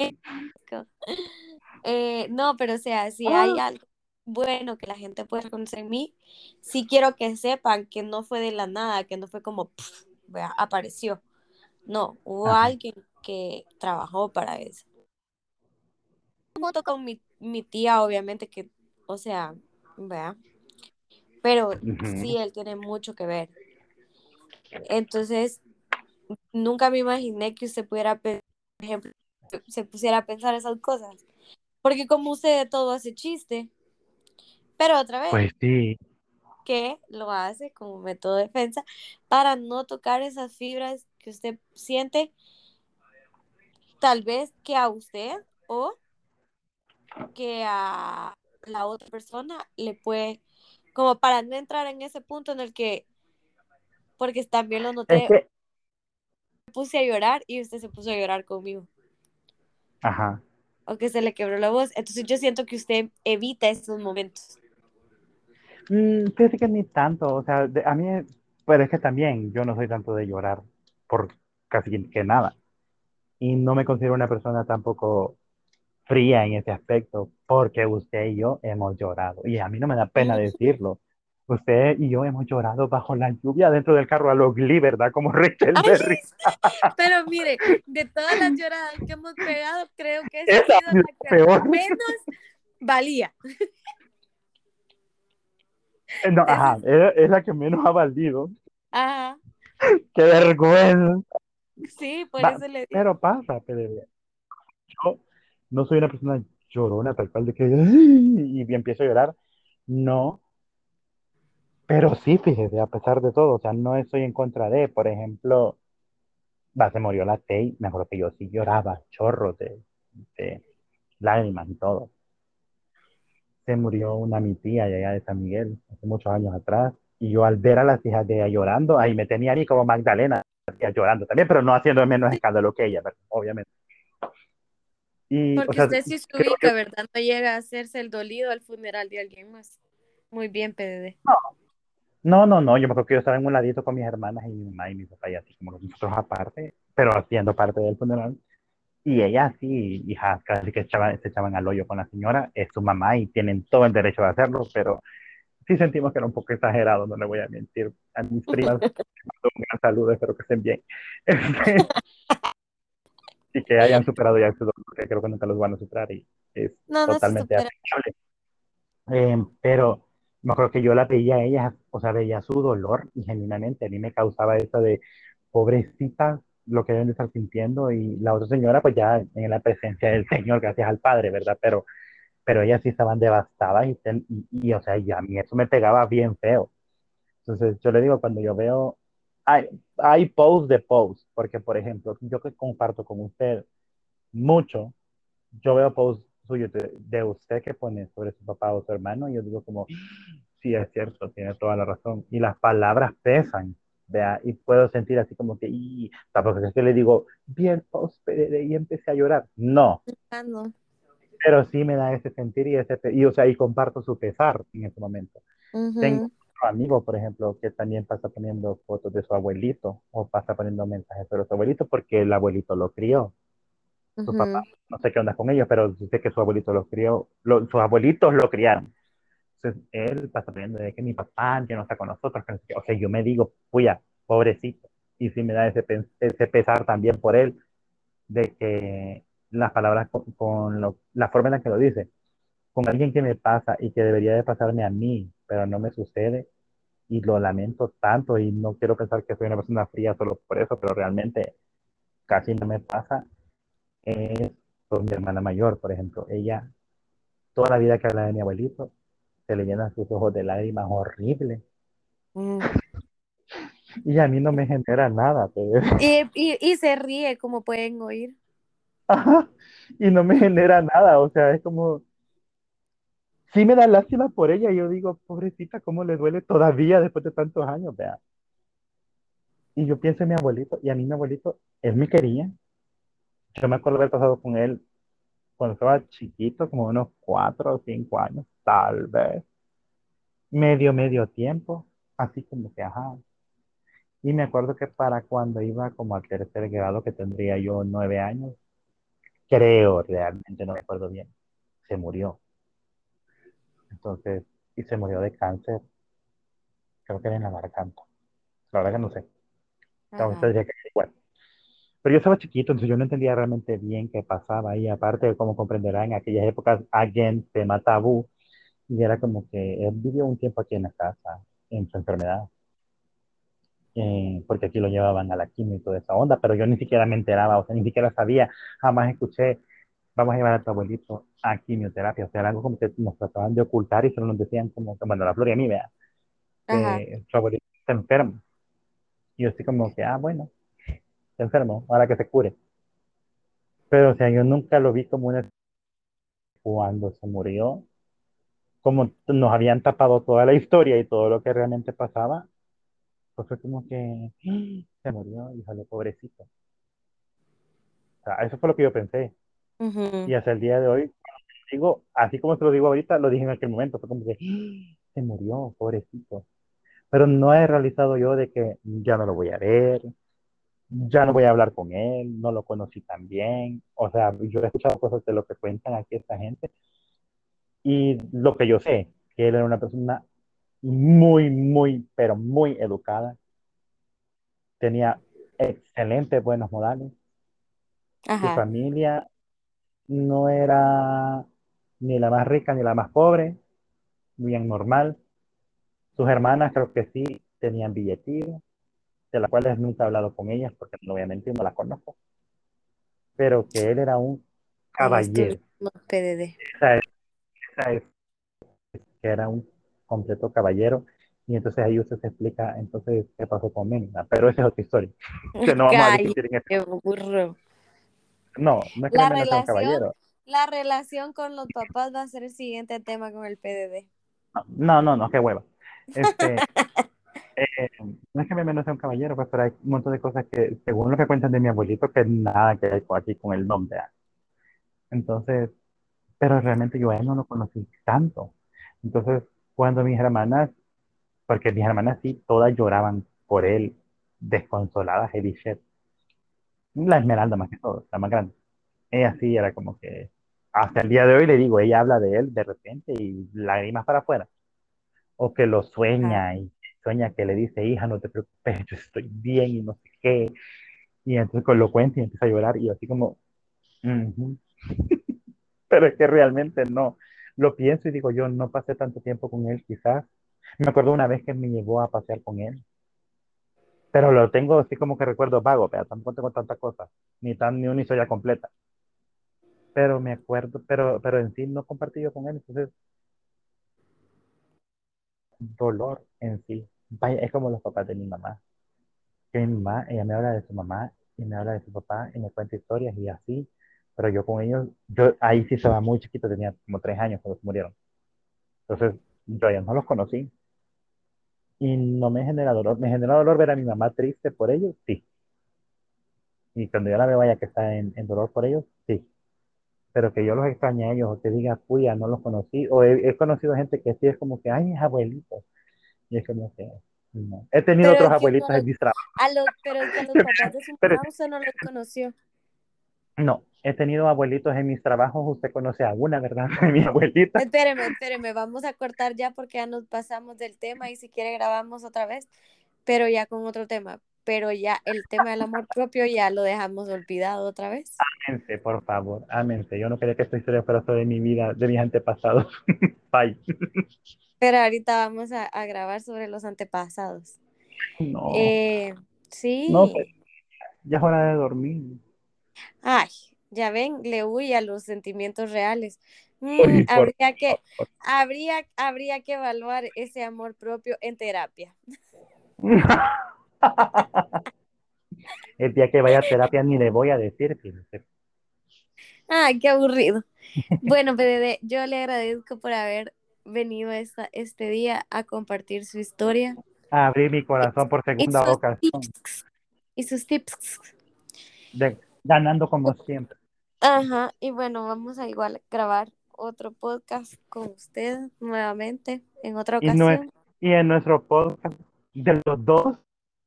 no, pero o sea, si hay Ah, algo bueno que la gente puede reconocer en mí, sí quiero que sepan que no fue de la nada, que no fue como, pf, vea, apareció. No, hubo ajá. alguien que trabajó para eso. Junto con mi tía, obviamente, que, o sea, vea, pero Ujú. sí, él tiene mucho que ver. Entonces, nunca me imaginé que usted pudiera, por ejemplo, se pusiera a pensar esas cosas. Porque como usted de todo hace chiste, pero otra vez, Pues sí. que lo hace como método de defensa para no tocar esas fibras que usted siente, tal vez que a usted o que a la otra persona le puede, como para no entrar en ese punto en el que, porque también lo Es noté, que, me puse a llorar y usted se puso a llorar conmigo, ajá. o que se le quebró la voz. Entonces yo siento que usted evita esos momentos. Fíjate que ni tanto, o sea, a mí, pero es que también yo no soy tanto de llorar por casi que nada. y no me considero una persona tampoco fría en ese aspecto, porque usted y yo hemos llorado. Y a mí no me da pena decirlo. Usted y yo hemos llorado bajo la lluvia dentro del carro a los Glee, ¿verdad? Como Rachel Ay, Berry. pero mire, de todas las lloradas que hemos pegado, creo que esa ha Esa sido ha sido la la que peor. menos valía. No, Ese ajá, es- es la que menos ha valido. Ajá, ¡Qué vergüenza! sí, por eso le digo. Pero pasa, pero yo no soy una persona llorona tal cual de que "Ay", y empiezo a llorar. No, pero sí, fíjese, a pesar de todo, o sea, no estoy en contra de, por ejemplo, se murió la Tay, me acuerdo que yo sí lloraba, chorros de lágrimas y todo. Se murió una mi tía allá de San Miguel, hace muchos años atrás, y yo al ver a las hijas de ella llorando, ahí me tenía a mí como Magdalena, llorando también, pero no haciendo menos escándalo que ella, obviamente. Y, o Porque sea, usted sí se creo yo, ubica, ¿verdad? No llega a hacerse el dolido al funeral de alguien más. Muy bien, PDD. no, yo me acuerdo que yo estaba en un ladito con mis hermanas y mi mamá y mi papá y así como nosotros aparte, pero haciendo parte del funeral. Y ella sí, hijas, casi que se echaban al hoyo con la señora, es su mamá y tienen todo el derecho de hacerlo, pero sí sentimos que era un poco exagerado, no le voy a mentir. A mis primas, un gran saludo, espero que estén bien. Y que hayan superado ya su dolor, que creo que nunca los van a superar y es No, no se totalmente supera. aceptable. Pero me acuerdo que yo la veía a ella, o sea, veía su dolor y genuinamente a mí me causaba eso de pobrecita lo que deben de estar sintiendo y la otra señora pues ya en la presencia del Señor, gracias al Padre, ¿verdad? Pero ellas sí estaban devastadas o sea, y a mí eso me pegaba bien feo. Entonces yo le digo, cuando yo veo, hay posts de posts, porque por ejemplo, yo que comparto con usted mucho, yo veo posts suyos de usted que pone sobre su papá o su hermano, y yo digo como, sí, es cierto, tiene toda la razón. Y las palabras pesan, vea, y puedo sentir así como que, y tampoco es que le digo, vi el post y empecé a llorar. No, Ah, no. pero sí me da ese sentir o sea, y comparto su pesar en ese momento. Tengo Ujú, otro amigo, por ejemplo, que también pasa poniendo fotos de su abuelito o pasa poniendo mensajes sobre su abuelito porque el abuelito lo crió. Su papá, ujú, no sé qué onda con ellos, pero sí sé que su abuelito lo crió, sus abuelitos lo criaron. Entonces, él pasa poniendo de que mi papá ya no está con nosotros, que no sé qué. O sea, yo me digo, puya, pobrecito. Y sí me da ese pesar también por él, de que las palabras la forma en la que lo dice, con alguien que me pasa y que debería de pasarme a mí, pero no me sucede, y lo lamento tanto y no quiero pensar que soy una persona fría solo por eso, pero realmente casi no me pasa, es con mi hermana mayor, por ejemplo. Ella, toda la vida que habla de mi abuelito, se le llenan sus ojos de lágrimas horribles. ujú. Y a mí no me genera nada, pues. Y se ríe, como pueden oír. Ajá, y no me genera nada, o sea, es como, sí me da lástima por ella, y yo digo, pobrecita, cómo le duele todavía después de tantos años, vea. Y yo pienso en mi abuelito, y a mí mi abuelito, él me quería. Yo me acuerdo haber pasado con él cuando estaba chiquito, como unos 4 o 5 años, tal vez, medio tiempo, así como que, ajá. Y me acuerdo que para cuando iba como al tercer grado, que tendría yo 9 años, creo realmente, no me acuerdo bien, se murió. Entonces, y se murió de cáncer, creo que era en la garganta. La verdad que no sé. Entonces, Ajá, diría que igual. Pero yo estaba chiquito, entonces yo no entendía realmente bien qué pasaba. Y aparte, como comprenderá, en aquellas épocas, alguien tema tabú. Y era como que él vivió un tiempo aquí en la casa, en su enfermedad. Porque aquí lo llevaban a la quimio y toda esa onda, pero yo ni siquiera me enteraba, o sea, ni siquiera sabía, jamás escuché, vamos a llevar a tu abuelito a quimioterapia, o sea, era algo como que nos trataban de ocultar y solo nos decían como que, bueno, la Flor y a mí, vea, ajá. que su abuelito está enfermo. Y yo así como que, ah, bueno, está enfermo, ahora que se cure. Pero, o sea, yo nunca lo vi como una... Cuando se murió, como nos habían tapado toda la historia y todo lo que realmente pasaba, pues fue como que ¡ah! Se murió, híjole, pobrecito. O sea, eso fue lo que yo pensé. Y Ujú, hasta el día de hoy, digo, así como se lo digo ahorita, lo dije en aquel momento, fue como que ¡ah! Se murió, pobrecito. Pero no he realizado yo de que ya no lo voy a ver, ya no voy a hablar con él, no lo conocí tan bien. O sea, yo he escuchado cosas de lo que cuentan aquí esta gente y lo que yo sé, que él era una persona muy, muy, pero muy educada, tenía excelentes buenos modales. Su Ajá, familia no era ni la más rica ni la más pobre, bien normal. Sus hermanas creo que sí tenían billetillos, de las cuales nunca he hablado con ellas porque obviamente no las conozco, pero que él era un ahí caballero. estuvimos, PDD. Esa es, esa es que era un completo caballero. Y entonces ahí usted se explica entonces qué pasó con Mena. Pero esa es otra historia, que no vamos a Cállate, discutir en este. burro. No, no es que La Mena sea un relación, caballero. la relación con los papás va a ser el siguiente tema con el PDD. No, no, no, qué hueva. Este, no es que Mena sea un caballero, pues, pero hay un montón de cosas que, según lo que cuentan de mi abuelito, que nada que ver aquí con el nombre. ¿Ah? Entonces, pero realmente yo a él no lo conocí tanto. Entonces, cuando mis hermanas, porque mis hermanas sí, todas lloraban por él, desconsoladas, heavy shit. La Esmeralda más que todo, la más grande. Ella sí era como que, hasta el día de hoy le digo, ella habla de él de repente y lágrimas para afuera. O que lo Ajá. sueña y sueña que le dice, hija, no te preocupes, yo estoy bien y no sé qué. Y entonces lo cuenta y empieza a llorar y yo así como, "Ujú". Pero es que realmente no. Lo pienso y digo, yo no pasé tanto tiempo con él, quizás. Me acuerdo una vez que me llevó a pasear con él, pero lo tengo así como que recuerdo vago, pero tampoco tengo tanta cosa, ni una historia completa. Pero me acuerdo, pero en sí no compartí yo con él, entonces dolor en sí. Vaya, es como los papás de mi mamá. Que mi mamá, ella me habla de su mamá y me habla de su papá y me cuenta historias y así, pero yo con ellos, yo ahí sí estaba muy chiquito, tenía como 3 años cuando se murieron. Entonces, yo a ellos no los conocí y no me genera dolor. Me genera dolor ver a mi mamá triste por ellos, sí. Y cuando yo la veo vaya que está en dolor por ellos, sí. Pero que yo los extrañe a ellos o que diga, cuya, no los conocí, o he conocido gente que sí es como que, ay, es abuelito. Y es como que, no. He tenido Pero otros es que no abuelitos los, en mis trabajos. pero es que a los papás de su Pero mamá usted no los conoció. no, he tenido abuelitos en mis trabajos. Usted conoce alguna, ¿verdad? De mi abuelita. Espéreme, vamos a cortar ya porque ya nos pasamos del tema y si quiere grabamos otra vez, pero ya con otro tema. Pero ya el tema del amor propio ya lo dejamos olvidado otra vez. Ámense, por favor, ámense. Yo no quería que esta historia fuera sobre mi vida, de mis antepasados. Bye. Pero ahorita vamos a grabar sobre los antepasados. No, Eh, no, pues, sí. ya es hora de dormir. Ay, ya ven, le huye a los sentimientos reales. Uy, por Habría que evaluar ese amor propio en terapia. El día que vaya a terapia ni le voy a decir, fíjese. Ay, qué aburrido. Bueno, PDD, yo le agradezco por haber venido este día a compartir su historia Abrí mi corazón por y segunda sus ocasión, tips. Y sus tips. ganando como siempre. Ajá, y bueno, vamos a igual grabar otro podcast con usted nuevamente en otra Y, no es, ocasión. y en nuestro podcast de los dos,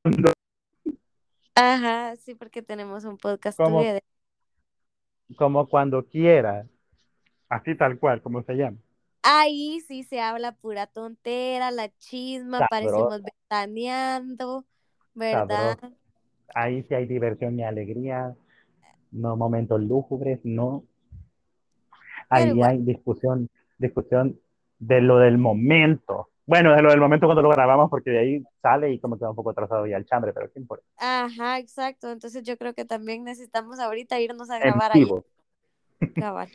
Ajá, sí, porque tenemos un podcast como, together. como cuando quiera, así tal cual, como se llama. Ahí sí se habla pura tontera, la chisma, Sabroso, parecemos ventaneando, ¿verdad? sabroso. Ahí sí hay diversión y alegría, no momentos lúgubres, no. Pero Ahí igual. hay discusión de lo del momento. Bueno, de lo del momento cuando lo grabamos, porque de ahí sale y como queda un poco atrasado ya el chambre, pero ¿qué importa? Ajá, exacto. Entonces yo creo que también necesitamos ahorita irnos a En grabar allá, vivo. cabal.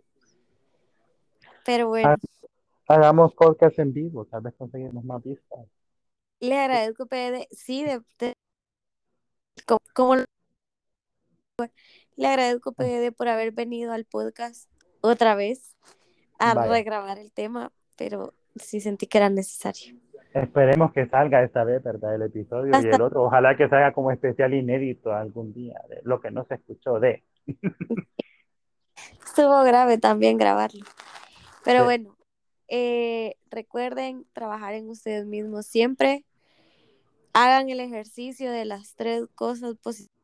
Pero Ha- bueno, Hagamos podcast en vivo, tal vez conseguimos más vistas. le agradezco, PD, sí, como le agradezco, PD, por haber venido al podcast otra vez a Vaya, regrabar el tema, pero sí sentí que era necesario. esperemos que salga esta vez, ¿verdad? El episodio y Hasta el otro. Ojalá que salga como especial inédito algún día, de lo que no se escuchó de. estuvo grave también grabarlo. Pero Sí, bueno, recuerden trabajar en ustedes mismos siempre. Hagan el ejercicio de las tres cosas positivas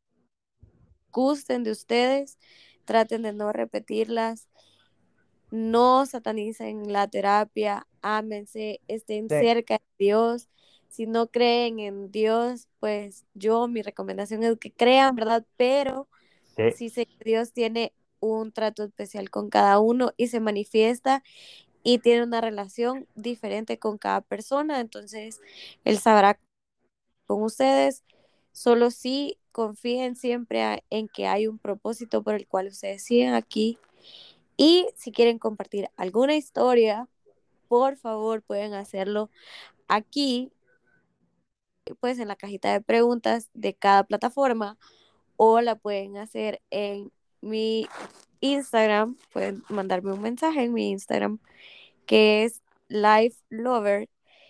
gusten de ustedes, traten de no repetirlas, no satanicen la terapia, ámense, estén Sí, cerca de Dios. Si no creen en Dios, pues mi recomendación es que crean, ¿verdad? Pero sí, sí sé que Dios tiene un trato especial con cada uno y se manifiesta y tiene una relación diferente con cada persona, entonces Él sabrá con ustedes, solo sí confíen siempre en que hay un propósito por el cual ustedes siguen aquí y si quieren compartir alguna historia, por favor pueden hacerlo aquí, pues en la cajita de preguntas de cada plataforma o la pueden hacer en mi Instagram, pueden mandarme un mensaje en mi Instagram que es Life Lover.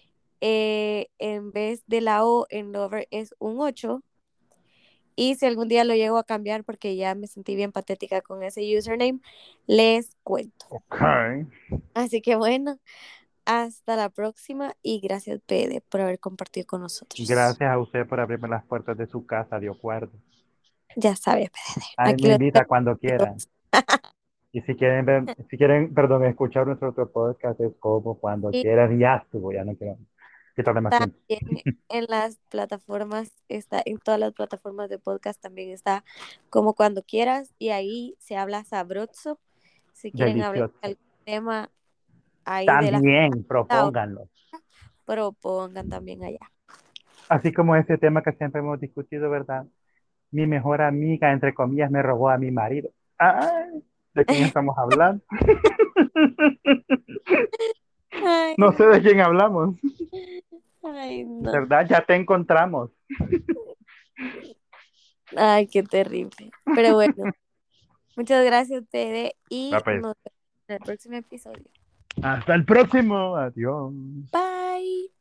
En vez de la O en Lover es un 8. Y si algún día lo llego a cambiar porque ya me sentí bien patética con ese username, les cuento. ok. Así que bueno, hasta la próxima y gracias, Pede, por haber compartido con nosotros. Gracias a usted por abrirme las puertas de su casa, de acuerdo. Ya sabes, Pede, Ahí aquí me lo invita cuando quieran. Y si quieren si quieren, perdón, escuchar nuestro otro podcast es como cuando y quieran, y ya estuvo, ya no quiero quitarle más tiempo. también en las plataformas, está en todas las plataformas de podcast también está como cuando quieras y ahí se habla sabroso. Si quieren hablar de Delicioso. algún tema ahí de la También fiesta, propónganlo. propongan también allá. Así como ese tema que siempre hemos discutido, ¿verdad? Mi mejor amiga, entre comillas, me robó a mi marido. Ay, ¿de quién estamos hablando? No sé Ay, de quién hablamos. ay, no. ¿Verdad? Ya te encontramos. Ay, qué terrible. Pero bueno, muchas gracias, Tere, Va, y pues. nos vemos en el próximo episodio. Hasta el próximo. Adiós. Bye.